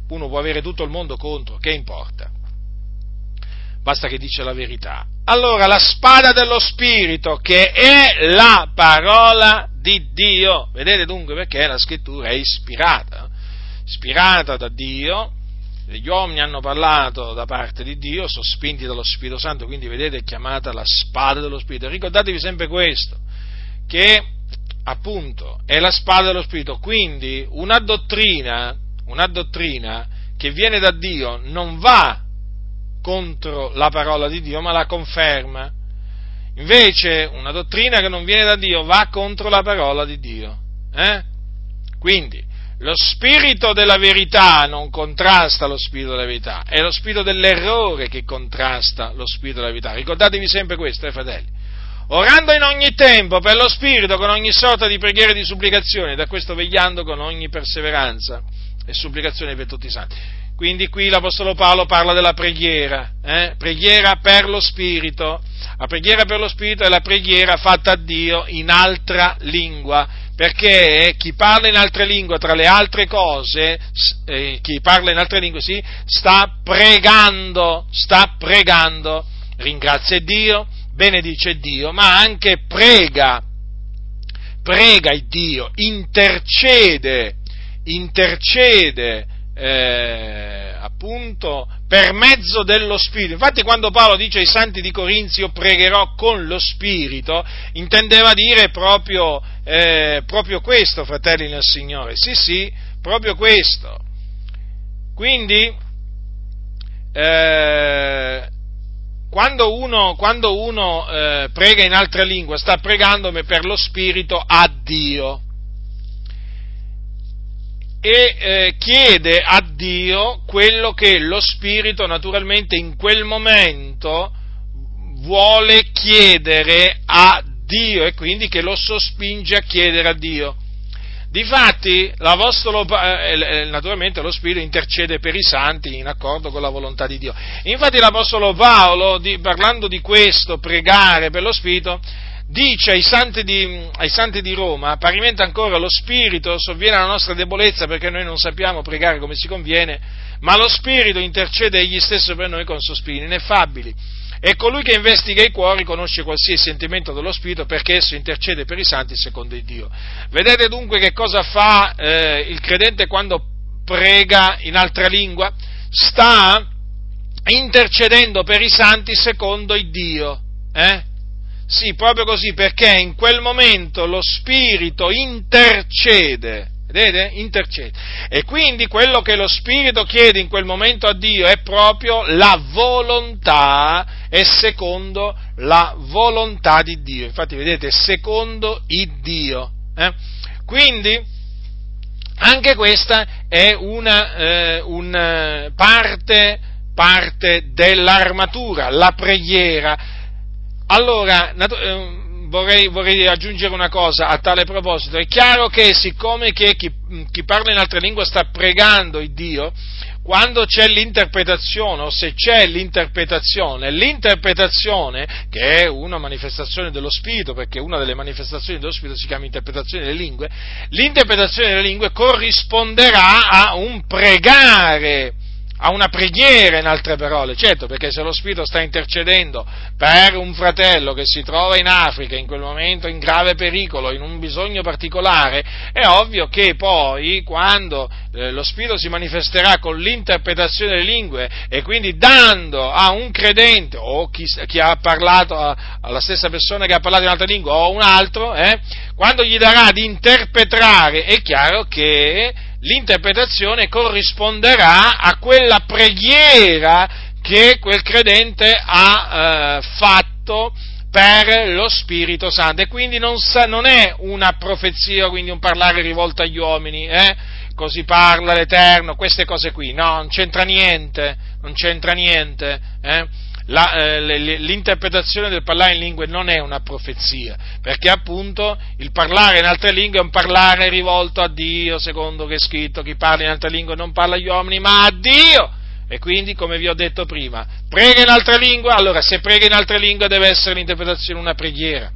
uno può avere tutto il mondo contro, che importa? Basta che dice la verità. Allora, la spada dello Spirito, che è la parola di Dio, vedete dunque perché la scrittura è ispirata, ispirata da Dio, gli uomini hanno parlato da parte di Dio, sono spinti dallo Spirito Santo, quindi vedete è chiamata la spada dello Spirito. Ricordatevi sempre questo, che appunto è la spada dello Spirito, quindi una dottrina, una dottrina che viene da Dio non va contro la parola di Dio, ma la conferma. Invece una dottrina che non viene da Dio va contro la parola di Dio. Eh? Quindi lo spirito della verità non contrasta lo spirito della verità, è lo spirito dell'errore che contrasta lo spirito della verità. Ricordatevi sempre questo, eh, fratelli. Orando in ogni tempo per lo spirito con ogni sorta di preghiera e di supplicazione, da questo vegliando con ogni perseveranza e supplicazione per tutti i santi. Quindi qui l'Apostolo Paolo parla della preghiera, eh? preghiera per lo Spirito. La preghiera per lo Spirito è la preghiera fatta a Dio in altra lingua, perché chi parla in altre lingue, tra le altre cose, eh, chi parla in altre lingue, sì, sta pregando, sta pregando, ringrazia Dio, benedice Dio, ma anche prega, prega il Dio, intercede, intercede, Eh, appunto per mezzo dello Spirito. Infatti quando Paolo dice ai santi di Corinzi io pregherò con lo Spirito, intendeva dire proprio, eh, proprio questo, fratelli nel Signore, sì sì, proprio questo. Quindi eh, quando uno, quando uno eh, prega in altra lingua sta pregando per lo Spirito a Dio e eh, chiede a Dio quello che lo Spirito naturalmente in quel momento vuole chiedere a Dio e quindi che lo sospinge a chiedere a Dio. Difatti l'Apostolo, eh, naturalmente lo Spirito intercede per i santi in accordo con la volontà di Dio. Infatti l'Apostolo Paolo, di, parlando di questo, pregare per lo Spirito, dice ai santi, di, ai santi di Roma, parimenti ancora lo Spirito sovviene alla nostra debolezza perché noi non sappiamo pregare come si conviene, ma lo Spirito intercede egli stesso per noi con sospiri ineffabili. E colui che investiga i cuori conosce qualsiasi sentimento dello Spirito perché esso intercede per i santi secondo il Dio. Vedete dunque che cosa fa eh, il credente quando prega in altra lingua? Sta intercedendo per i santi secondo il Dio, eh? Sì, proprio così, perché in quel momento lo Spirito intercede, vedete? Intercede. E quindi quello che lo Spirito chiede in quel momento a Dio è proprio la volontà, è secondo la volontà di Dio. Infatti, vedete, secondo il Dio. Eh? Quindi, anche questa è una, eh, una parte, parte dell'armatura, la preghiera. Allora, vorrei, vorrei aggiungere una cosa a tale proposito. È chiaro che siccome che chi, chi parla in altre lingue sta pregando il Dio, quando c'è l'interpretazione, o se c'è l'interpretazione, l'interpretazione, che è una manifestazione dello Spirito, perché una delle manifestazioni dello Spirito si chiama interpretazione delle lingue, l'interpretazione delle lingue corrisponderà a un pregare, a una preghiera, in altre parole, certo, perché se lo Spirito sta intercedendo per un fratello che si trova in Africa in quel momento in grave pericolo, in un bisogno particolare, è ovvio che poi quando eh, lo Spirito si manifesterà con l'interpretazione delle lingue e quindi dando a un credente o chi, chi ha parlato a, alla stessa persona che ha parlato in altra lingua o un altro, eh, quando gli darà di interpretare, è chiaro che l'interpretazione corrisponderà a quella preghiera che quel credente ha eh, fatto per lo Spirito Santo, e quindi non, sa, non è una profezia, quindi un parlare rivolto agli uomini, eh? Così parla l'Eterno, queste cose qui, no, non c'entra niente, non c'entra niente, eh? La, eh, l'interpretazione del parlare in lingue non è una profezia, perché appunto il parlare in altre lingue è un parlare rivolto a Dio, secondo che è scritto, chi parla in altre lingue non parla agli uomini ma a Dio, e quindi, come vi ho detto prima, prega in altre lingue, allora se prega in altre lingue deve essere l'interpretazione una preghiera,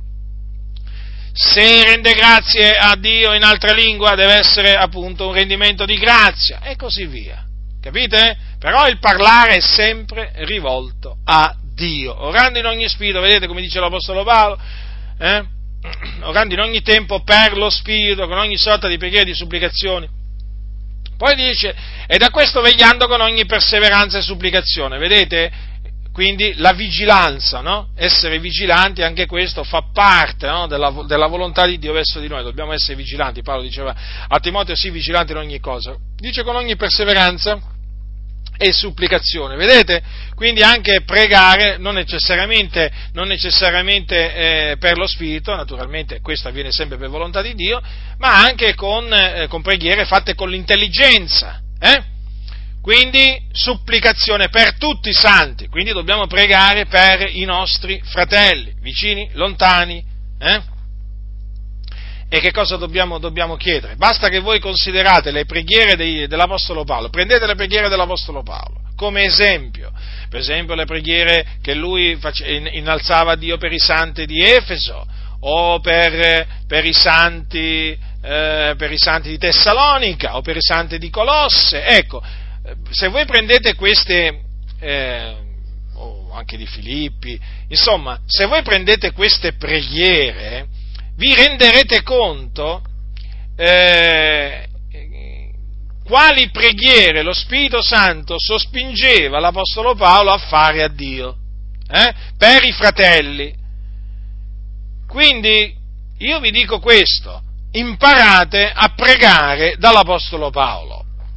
se rende grazie a Dio in altra lingua deve essere appunto un rendimento di grazia, e così via. capite? Però il parlare è sempre rivolto a Dio, orando in ogni spirito, vedete come dice l'Apostolo Paolo, eh? Orando in ogni tempo per lo Spirito, con ogni sorta di preghiere e di supplicazioni. Poi dice, e da questo vegliando con ogni perseveranza e supplicazione, vedete? Quindi la vigilanza, no? Essere vigilanti, anche questo fa parte, no? della, della volontà di Dio verso di noi, dobbiamo essere vigilanti. Paolo diceva a Timoteo, sì, vigilanti in ogni cosa, dice con ogni perseveranza e supplicazione, vedete? Quindi anche pregare, non necessariamente, non necessariamente eh, per lo Spirito, naturalmente questo avviene sempre per volontà di Dio, ma anche con, eh, con preghiere fatte con l'intelligenza, eh? Quindi supplicazione per tutti i santi, quindi dobbiamo pregare per i nostri fratelli, vicini, lontani, eh? E che cosa dobbiamo, dobbiamo chiedere? Basta che voi considerate le preghiere dei, dell'Apostolo Paolo, prendete le preghiere dell'Apostolo Paolo come esempio, per esempio le preghiere che lui face, innalzava a Dio per i santi di Efeso, o per, per, i santi, eh, per i santi di Tessalonica, o per i santi di Colosse. Ecco, se voi prendete queste, eh, o anche di Filippi, insomma, se voi prendete queste preghiere, vi renderete conto eh, quali preghiere lo Spirito Santo sospingeva l'Apostolo Paolo a fare a Dio, eh, per i fratelli. Quindi io vi dico questo, imparate a pregare dall'Apostolo Paolo.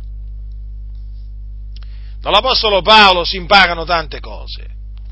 Dall'Apostolo Paolo si imparano tante cose,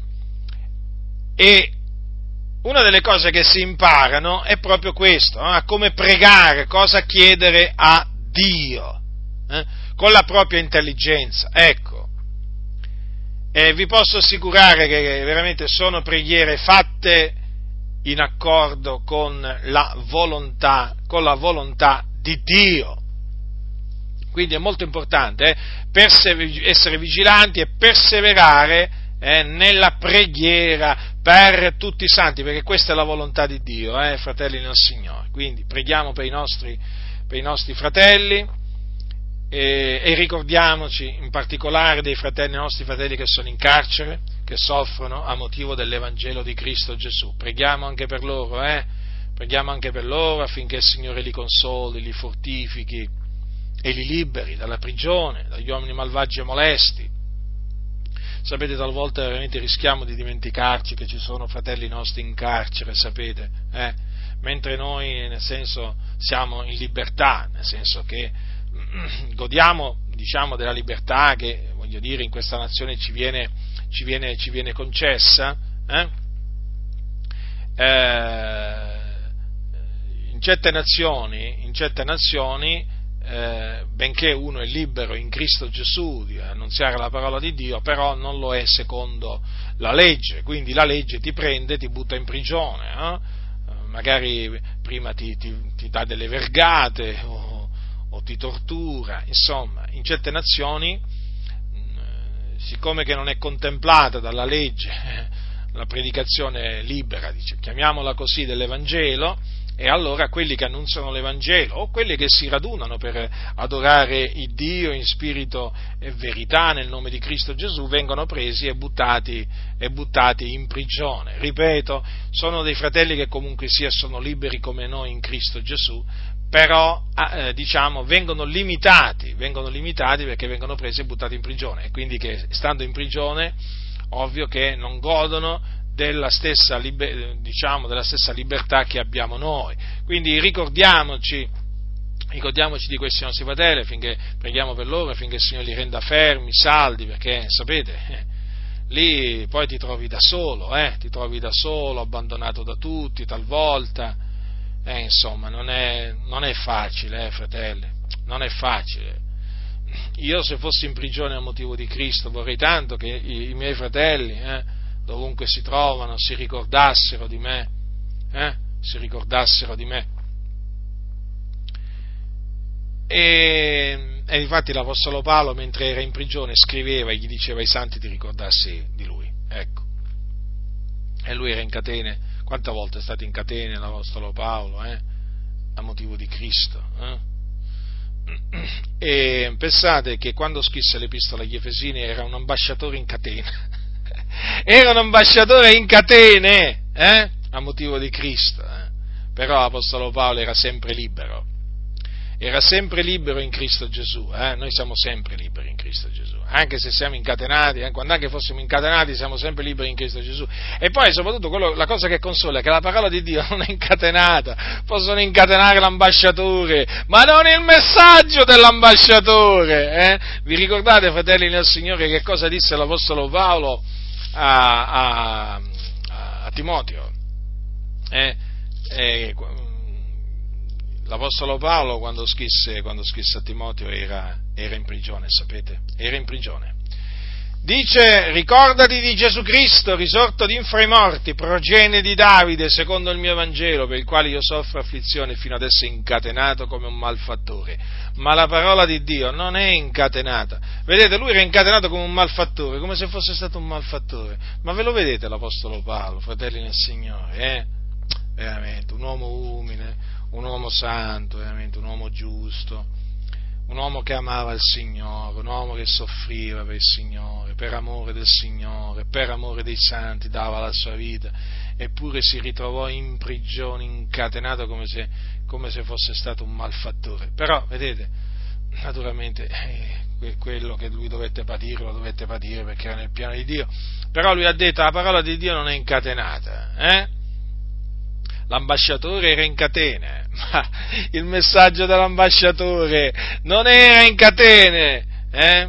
e una delle cose che si imparano è proprio questo, eh? come pregare, cosa chiedere a Dio, eh? con la propria intelligenza, ecco. E vi posso assicurare che veramente sono preghiere fatte in accordo con la volontà, con la volontà di Dio. Quindi è molto importante eh, persever- essere vigilanti e perseverare eh, nella preghiera per tutti i santi, perché questa è la volontà di Dio, eh, fratelli nel Signore. Quindi preghiamo per i nostri, per i nostri fratelli e, e ricordiamoci in particolare dei fratelli, dei nostri fratelli che sono in carcere, che soffrono a motivo dell'Evangelo di Cristo Gesù. Preghiamo anche per loro, eh? Preghiamo anche per loro affinché il Signore li consoli, li fortifichi e li liberi dalla prigione, dagli uomini malvagi e molesti. Sapete, talvolta veramente rischiamo di dimenticarci che ci sono fratelli nostri in carcere, sapete, eh? Mentre noi, nel senso, siamo in libertà, nel senso che godiamo, diciamo, della libertà che, voglio dire, in questa nazione ci viene, ci viene, ci viene concessa, eh? Eh, in certe nazioni, in certe nazioni, Eh, benché uno è libero in Cristo Gesù di annunziare la parola di Dio, però non lo è secondo la legge, quindi la legge ti prende, ti butta in prigione, eh? magari prima ti, ti, ti dà delle vergate o, o ti tortura, insomma, in certe nazioni, eh, siccome che non è contemplata dalla legge eh, la predicazione libera, dice, chiamiamola così, dell'Evangelo, e allora quelli che annunziano l'Evangelo o quelli che si radunano per adorare il Dio in spirito e verità nel nome di Cristo Gesù vengono presi e buttati, e buttati in prigione. Ripeto, sono dei fratelli che comunque sia sono liberi come noi in Cristo Gesù, però eh, diciamo vengono limitati, vengono limitati perché vengono presi e buttati in prigione, e quindi che stando in prigione ovvio che non godono della stessa, diciamo, della stessa libertà che abbiamo noi. Quindi ricordiamoci, ricordiamoci di questi nostri fratelli affinché preghiamo per loro, affinché il Signore li renda fermi, saldi, perché sapete, eh, lì poi ti trovi da solo, eh, ti trovi da solo, abbandonato da tutti, talvolta, eh, insomma, non è, non è facile, eh, fratelli, non è facile. Io se fossi in prigione a motivo di Cristo vorrei tanto che i, i miei fratelli, eh, dovunque si trovano, si ricordassero di me, eh? si ricordassero di me. E, e infatti l'Apostolo Paolo, mentre era in prigione, scriveva e gli diceva ai santi di ricordarsi di lui, ecco. E lui era in catene, quante volte è stato in catene l'Apostolo Paolo, eh? a motivo di Cristo, eh? E pensate che quando scrisse l'epistola agli Efesini era un ambasciatore in catene, era un ambasciatore in catene, eh? A motivo di Cristo, eh? Però l'Apostolo Paolo era sempre libero, era sempre libero in Cristo Gesù, eh? Noi siamo sempre liberi in Cristo Gesù, anche se siamo incatenati, eh? Quando anche fossimo incatenati siamo sempre liberi in Cristo Gesù. E poi soprattutto quello, la cosa che consola è che la parola di Dio non è incatenata, possono incatenare l'ambasciatore, ma non il messaggio dell'ambasciatore, eh? Vi ricordate, fratelli nel Signore, che cosa disse l'Apostolo Paolo a, a, a Timoteo? Eh? Eh, L'Apostolo Paolo quando scrisse, quando scrisse a Timoteo era, era in prigione, sapete? Era in prigione. Dice: ricordati di Gesù Cristo, risorto d'infra i morti, progenie di Davide, secondo il mio Vangelo, per il quale io soffro afflizione fino ad essere incatenato come un malfattore. Ma la parola di Dio non è incatenata. Vedete, lui era incatenato come un malfattore, come se fosse stato un malfattore. Ma ve lo vedete l'Apostolo Paolo, fratelli nel Signore, eh? Veramente, un uomo umile, un uomo santo, veramente, un uomo giusto, un uomo che amava il Signore, un uomo che soffriva per il Signore, per amore del Signore, per amore dei santi, dava la sua vita, eppure si ritrovò in prigione, incatenato come se, come se fosse stato un malfattore. Però, vedete, naturalmente, eh, quello che lui dovette patire, lo dovette patire perché era nel piano di Dio, però lui ha detto: la parola di Dio non è incatenata, eh? L'ambasciatore era in catene, ma il messaggio dell'ambasciatore non era in catene, eh?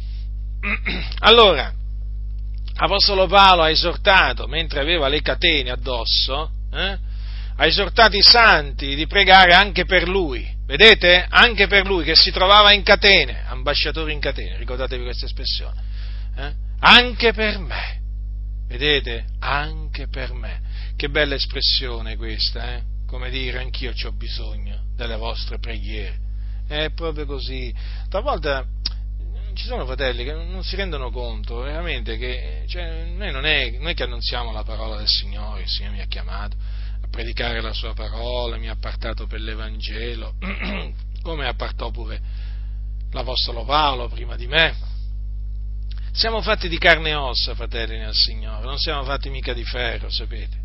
Allora, Apostolo Paolo ha esortato, mentre aveva le catene addosso, eh? ha esortato i santi di pregare anche per lui, vedete? Anche per lui che si trovava in catene, ambasciatore in catene, ricordatevi questa espressione, eh? Anche per me, vedete? Anche per me. Che bella espressione questa, eh? Come dire, anch'io c'ho bisogno delle vostre preghiere. È proprio così. Talvolta ci sono fratelli che non si rendono conto veramente che, cioè, noi non è, noi che annunziamo la parola del Signore, il Signore mi ha chiamato a predicare la sua parola, mi ha appartato per l'Evangelo, come appartò pure l'Apostolo Paolo prima di me. Siamo fatti di carne e ossa, fratelli nel Signore, non siamo fatti mica di ferro, sapete.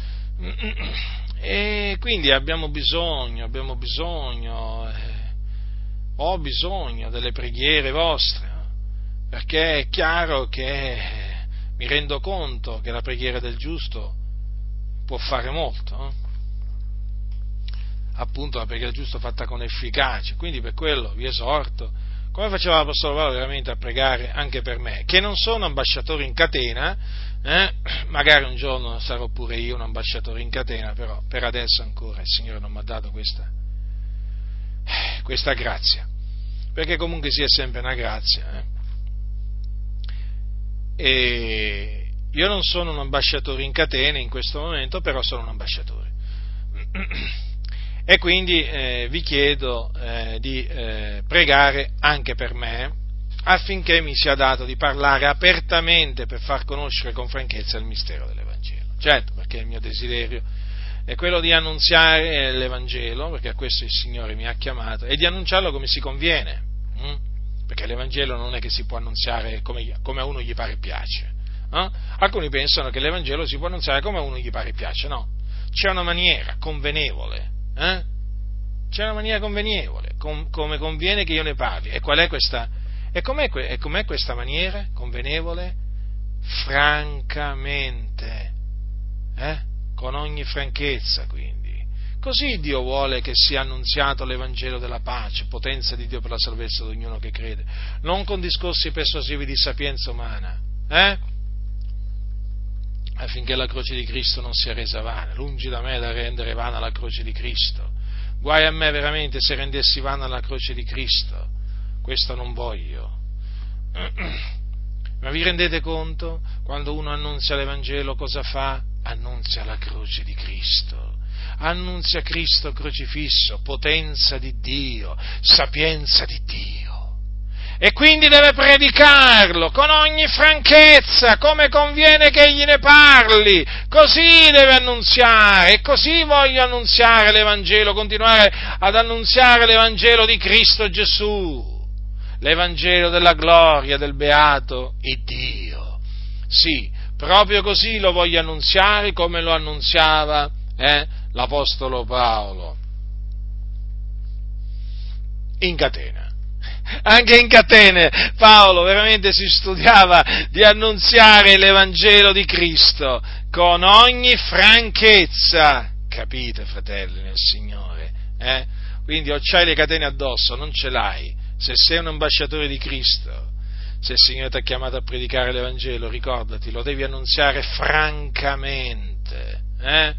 E quindi abbiamo bisogno, abbiamo bisogno, eh, ho bisogno delle preghiere vostre, no? Perché è chiaro che mi rendo conto che la preghiera del giusto può fare molto, no? Appunto la preghiera del giusto fatta con efficacia, quindi per quello vi esorto, come faceva l'Apostolo Paolo, veramente a pregare anche per me, che non sono ambasciatore in catena. Eh? Magari un giorno sarò pure io un ambasciatore in catena, però per adesso ancora il Signore non mi ha dato questa, questa grazia, perché comunque sia sempre una grazia. Eh? E io non sono un ambasciatore in catene in questo momento, però sono un ambasciatore. E quindi eh, vi chiedo eh, di eh, pregare anche per me, affinché mi sia dato di parlare apertamente per far conoscere con franchezza il mistero dell'Evangelo. Certo, perché il mio desiderio è quello di annunziare l'Evangelo, perché a questo il Signore mi ha chiamato, e di annunciarlo come si conviene, hm? Perché l'Evangelo non è che si può annunziare come, come a uno gli pare e piace. Eh? Alcuni pensano che l'Evangelo si può annunziare come a uno gli pare e piace, no, c'è una maniera convenevole, eh? C'è una maniera convenevole, com, come conviene che io ne parli. E qual è questa? E com'è, e com'è questa maniera convenevole? Francamente, eh? Con ogni franchezza, quindi. Così Dio vuole che sia annunziato l'Evangelo della pace, potenza di Dio per la salvezza di ognuno che crede, non con discorsi persuasivi di sapienza umana, eh? Affinché la croce di Cristo non sia resa vana, lungi da me da rendere vana la croce di Cristo. Guai a me veramente se rendessi vana la croce di Cristo. Questo non voglio. Ma vi rendete conto? Quando uno annunzia l'Evangelo cosa fa? Annunzia la croce di Cristo, annunzia Cristo crocifisso, potenza di Dio, sapienza di Dio. e quindi deve predicarlo con ogni franchezza, come conviene che egli ne parli, così deve annunziare, e così voglio annunziare l'Evangelo, continuare ad annunziare l'Evangelo di Cristo Gesù, l'Evangelo della gloria del beato Iddio. Sì, proprio così lo voglio annunziare, come lo annunziava eh, l'Apostolo Paolo in catena. Anche in catene Paolo veramente si studiava di annunziare l'Evangelo di Cristo con ogni franchezza. Capite, fratelli nel Signore? Eh? Quindi o c'hai le catene addosso, non ce l'hai. Se sei un ambasciatore di Cristo, se il Signore ti ha chiamato a predicare l'Evangelo, ricordati, lo devi annunziare francamente. Eh?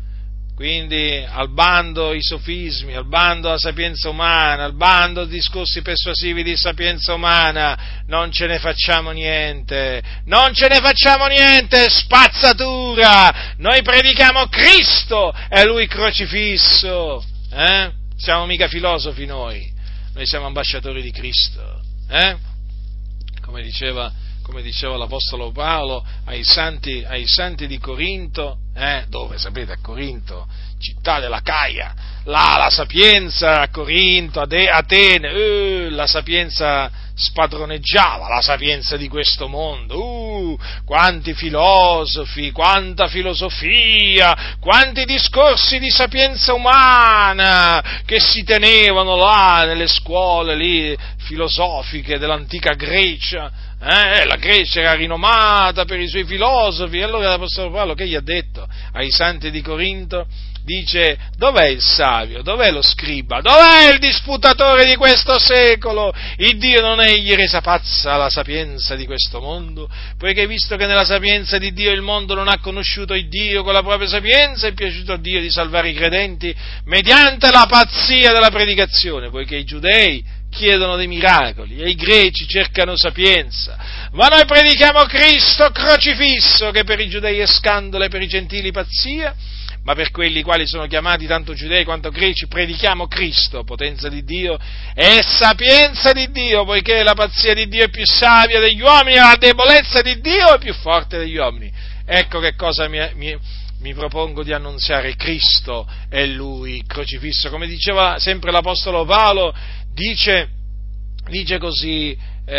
Quindi al bando i sofismi, al bando la sapienza umana, al bando i discorsi persuasivi di sapienza umana, non ce ne facciamo niente, non ce ne facciamo niente, spazzatura! Noi predichiamo Cristo e Lui crocifisso, eh? Siamo mica filosofi noi, noi siamo ambasciatori di Cristo, eh? Come diceva come diceva l'Apostolo Paolo ai santi, ai santi di Corinto, eh, dove sapete a Corinto, città della Caia, là la sapienza a Corinto, ad Atene, eh, la sapienza spadroneggiava, la sapienza di questo mondo, uh, quanti filosofi, quanta filosofia, quanti discorsi di sapienza umana che si tenevano là nelle scuole lì filosofiche dell'antica Grecia. Eh, la Grecia era rinomata per i suoi filosofi, e allora l'Apostolo Paolo che gli ha detto ai santi di Corinto? Dice: dov'è il savio? Dov'è lo scriba? Dov'è il disputatore di questo secolo? Il Dio non è egli resa pazza la sapienza di questo mondo? Poiché visto che nella sapienza di Dio il mondo non ha conosciuto il Dio con la propria sapienza, è piaciuto a Dio di salvare i credenti mediante la pazzia della predicazione, poiché i giudei chiedono dei miracoli e i greci cercano sapienza, ma noi predichiamo Cristo crocifisso, che per i giudei è scandalo e per i gentili pazzia, ma per quelli quali sono chiamati tanto giudei quanto greci predichiamo Cristo, potenza di Dio e sapienza di Dio, poiché la pazzia di Dio è più savia degli uomini e la debolezza di Dio è più forte degli uomini. Ecco che cosa mi, mi, mi propongo di annunziare: Cristo è Lui crocifisso. Come diceva sempre l'Apostolo Paolo, dice, dice così,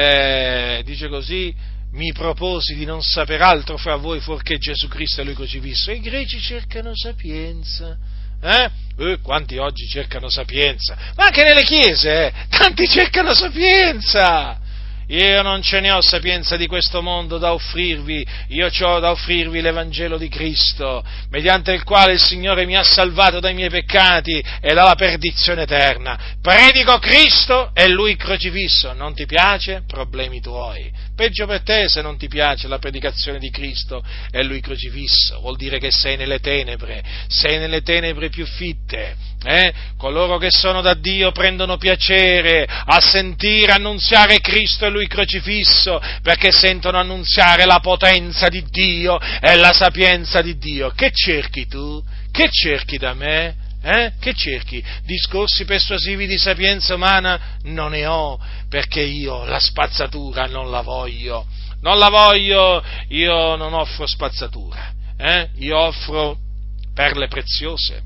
eh, dice così, mi proposi di non saper altro fra voi fuorché Gesù Cristo e Lui crocifisso. E i greci cercano sapienza, eh? Eh, quanti oggi cercano sapienza? Ma anche nelle chiese, eh? Tanti cercano sapienza! Io non ce ne ho sapienza di questo mondo da offrirvi, io ho da offrirvi l'Evangelo di Cristo, mediante il quale il Signore mi ha salvato dai miei peccati e dalla perdizione eterna. Predico Cristo e Lui crocifisso. Non ti piace? Problemi tuoi. Peggio per te se non ti piace la predicazione di Cristo e Lui crocifisso. Vuol dire che sei nelle tenebre, sei nelle tenebre più fitte. Eh? Coloro che sono da Dio prendono piacere a sentire annunziare Cristo e Lui crocifisso, perché sentono annunziare la potenza di Dio e la sapienza di Dio. Che cerchi tu? Che cerchi da me? Eh? Che cerchi? Discorsi persuasivi di sapienza umana? Non ne ho, perché io la spazzatura non la voglio. Non la voglio, io non offro spazzatura. Eh? Io offro perle preziose.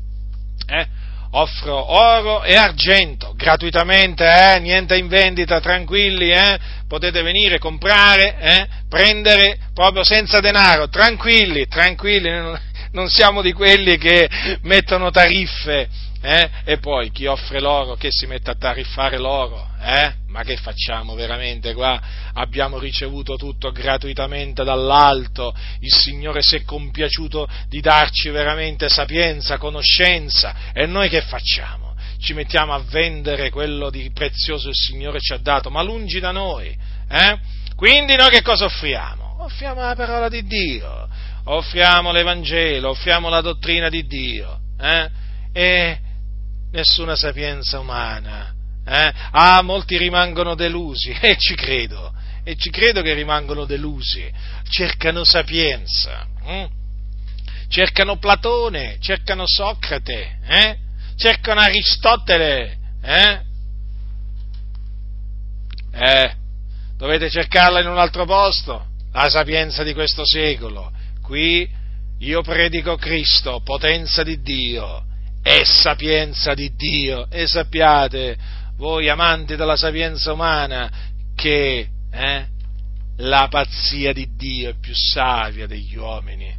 Eh? Offro oro e argento gratuitamente, eh? Niente in vendita, tranquilli, eh? Potete venire, comprare, eh? Prendere proprio senza denaro, tranquilli, tranquilli, non, non siamo di quelli che mettono tariffe, eh? E poi chi offre l'oro, che si mette a tariffare l'oro, eh? Ma che facciamo veramente qua? Abbiamo ricevuto tutto gratuitamente dall'alto, il Signore si è compiaciuto di darci veramente sapienza, conoscenza, e noi che facciamo? Ci mettiamo a vendere quello di prezioso il Signore ci ha dato, ma lungi da noi, eh? Quindi noi che cosa offriamo? Offriamo la parola di Dio, offriamo l'Evangelo, offriamo la dottrina di Dio, eh? E nessuna sapienza umana. Eh? Ah, molti rimangono delusi, e ci credo, e ci credo che rimangono delusi, cercano sapienza, hm? Cercano Platone, cercano Socrate, eh? Cercano Aristotele, eh? Eh, dovete cercarla in un altro posto, la sapienza di questo secolo. Qui io predico Cristo, potenza di Dio e sapienza di Dio, e sappiate, voi amanti della sapienza umana, che eh, la pazzia di Dio è più savia degli uomini.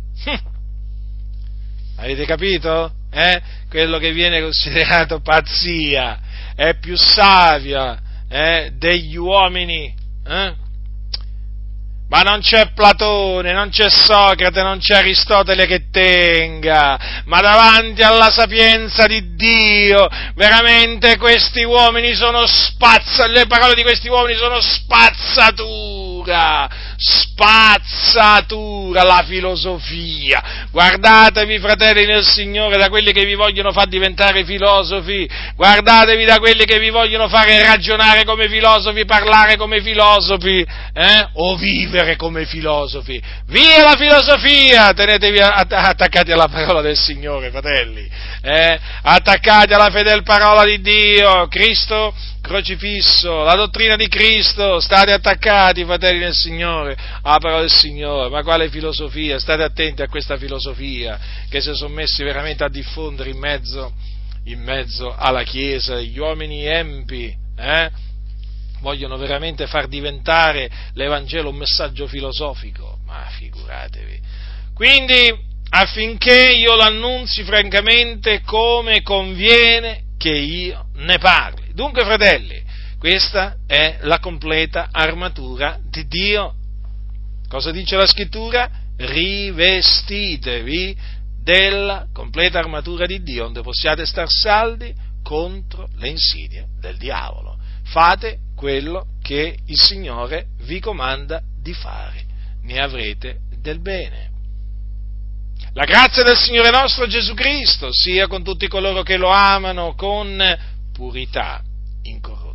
Avete capito? Eh? Quello che viene considerato pazzia è più savia eh, degli uomini. Eh? Ma non c'è Platone, non c'è Socrate, non c'è Aristotele che tenga, ma davanti alla sapienza di Dio, veramente questi uomini sono spazza, le parole di questi uomini sono spazzatura, spazzatura, la filosofia. Guardatevi, fratelli nel Signore, da quelli che vi vogliono far diventare filosofi, guardatevi da quelli che vi vogliono fare ragionare come filosofi, parlare come filosofi, eh? o vivere come filosofi. Via la filosofia, tenetevi attaccati alla parola del Signore, fratelli, eh? attaccati alla fedele parola di Dio, Cristo crocifisso, la dottrina di Cristo, state attaccati, fratelli nel Signore, alla parola del Signore. Ma quale filosofia? State attenti a questa filosofia che si sono messi veramente a diffondere in mezzo, in mezzo alla Chiesa, gli uomini empi, eh? vogliono veramente far diventare l'Evangelo un messaggio filosofico, ma figuratevi. Quindi, affinché io lo annunzi francamente come conviene che io ne parli. Dunque, fratelli, questa è la completa armatura di Dio. Cosa dice la Scrittura? Rivestitevi della completa armatura di Dio, onde possiate star saldi contro le insidie del diavolo. Fate quello che il Signore vi comanda di fare, ne avrete del bene. La grazia del Signore nostro Gesù Cristo sia con tutti coloro che lo amano con purità incorrotta.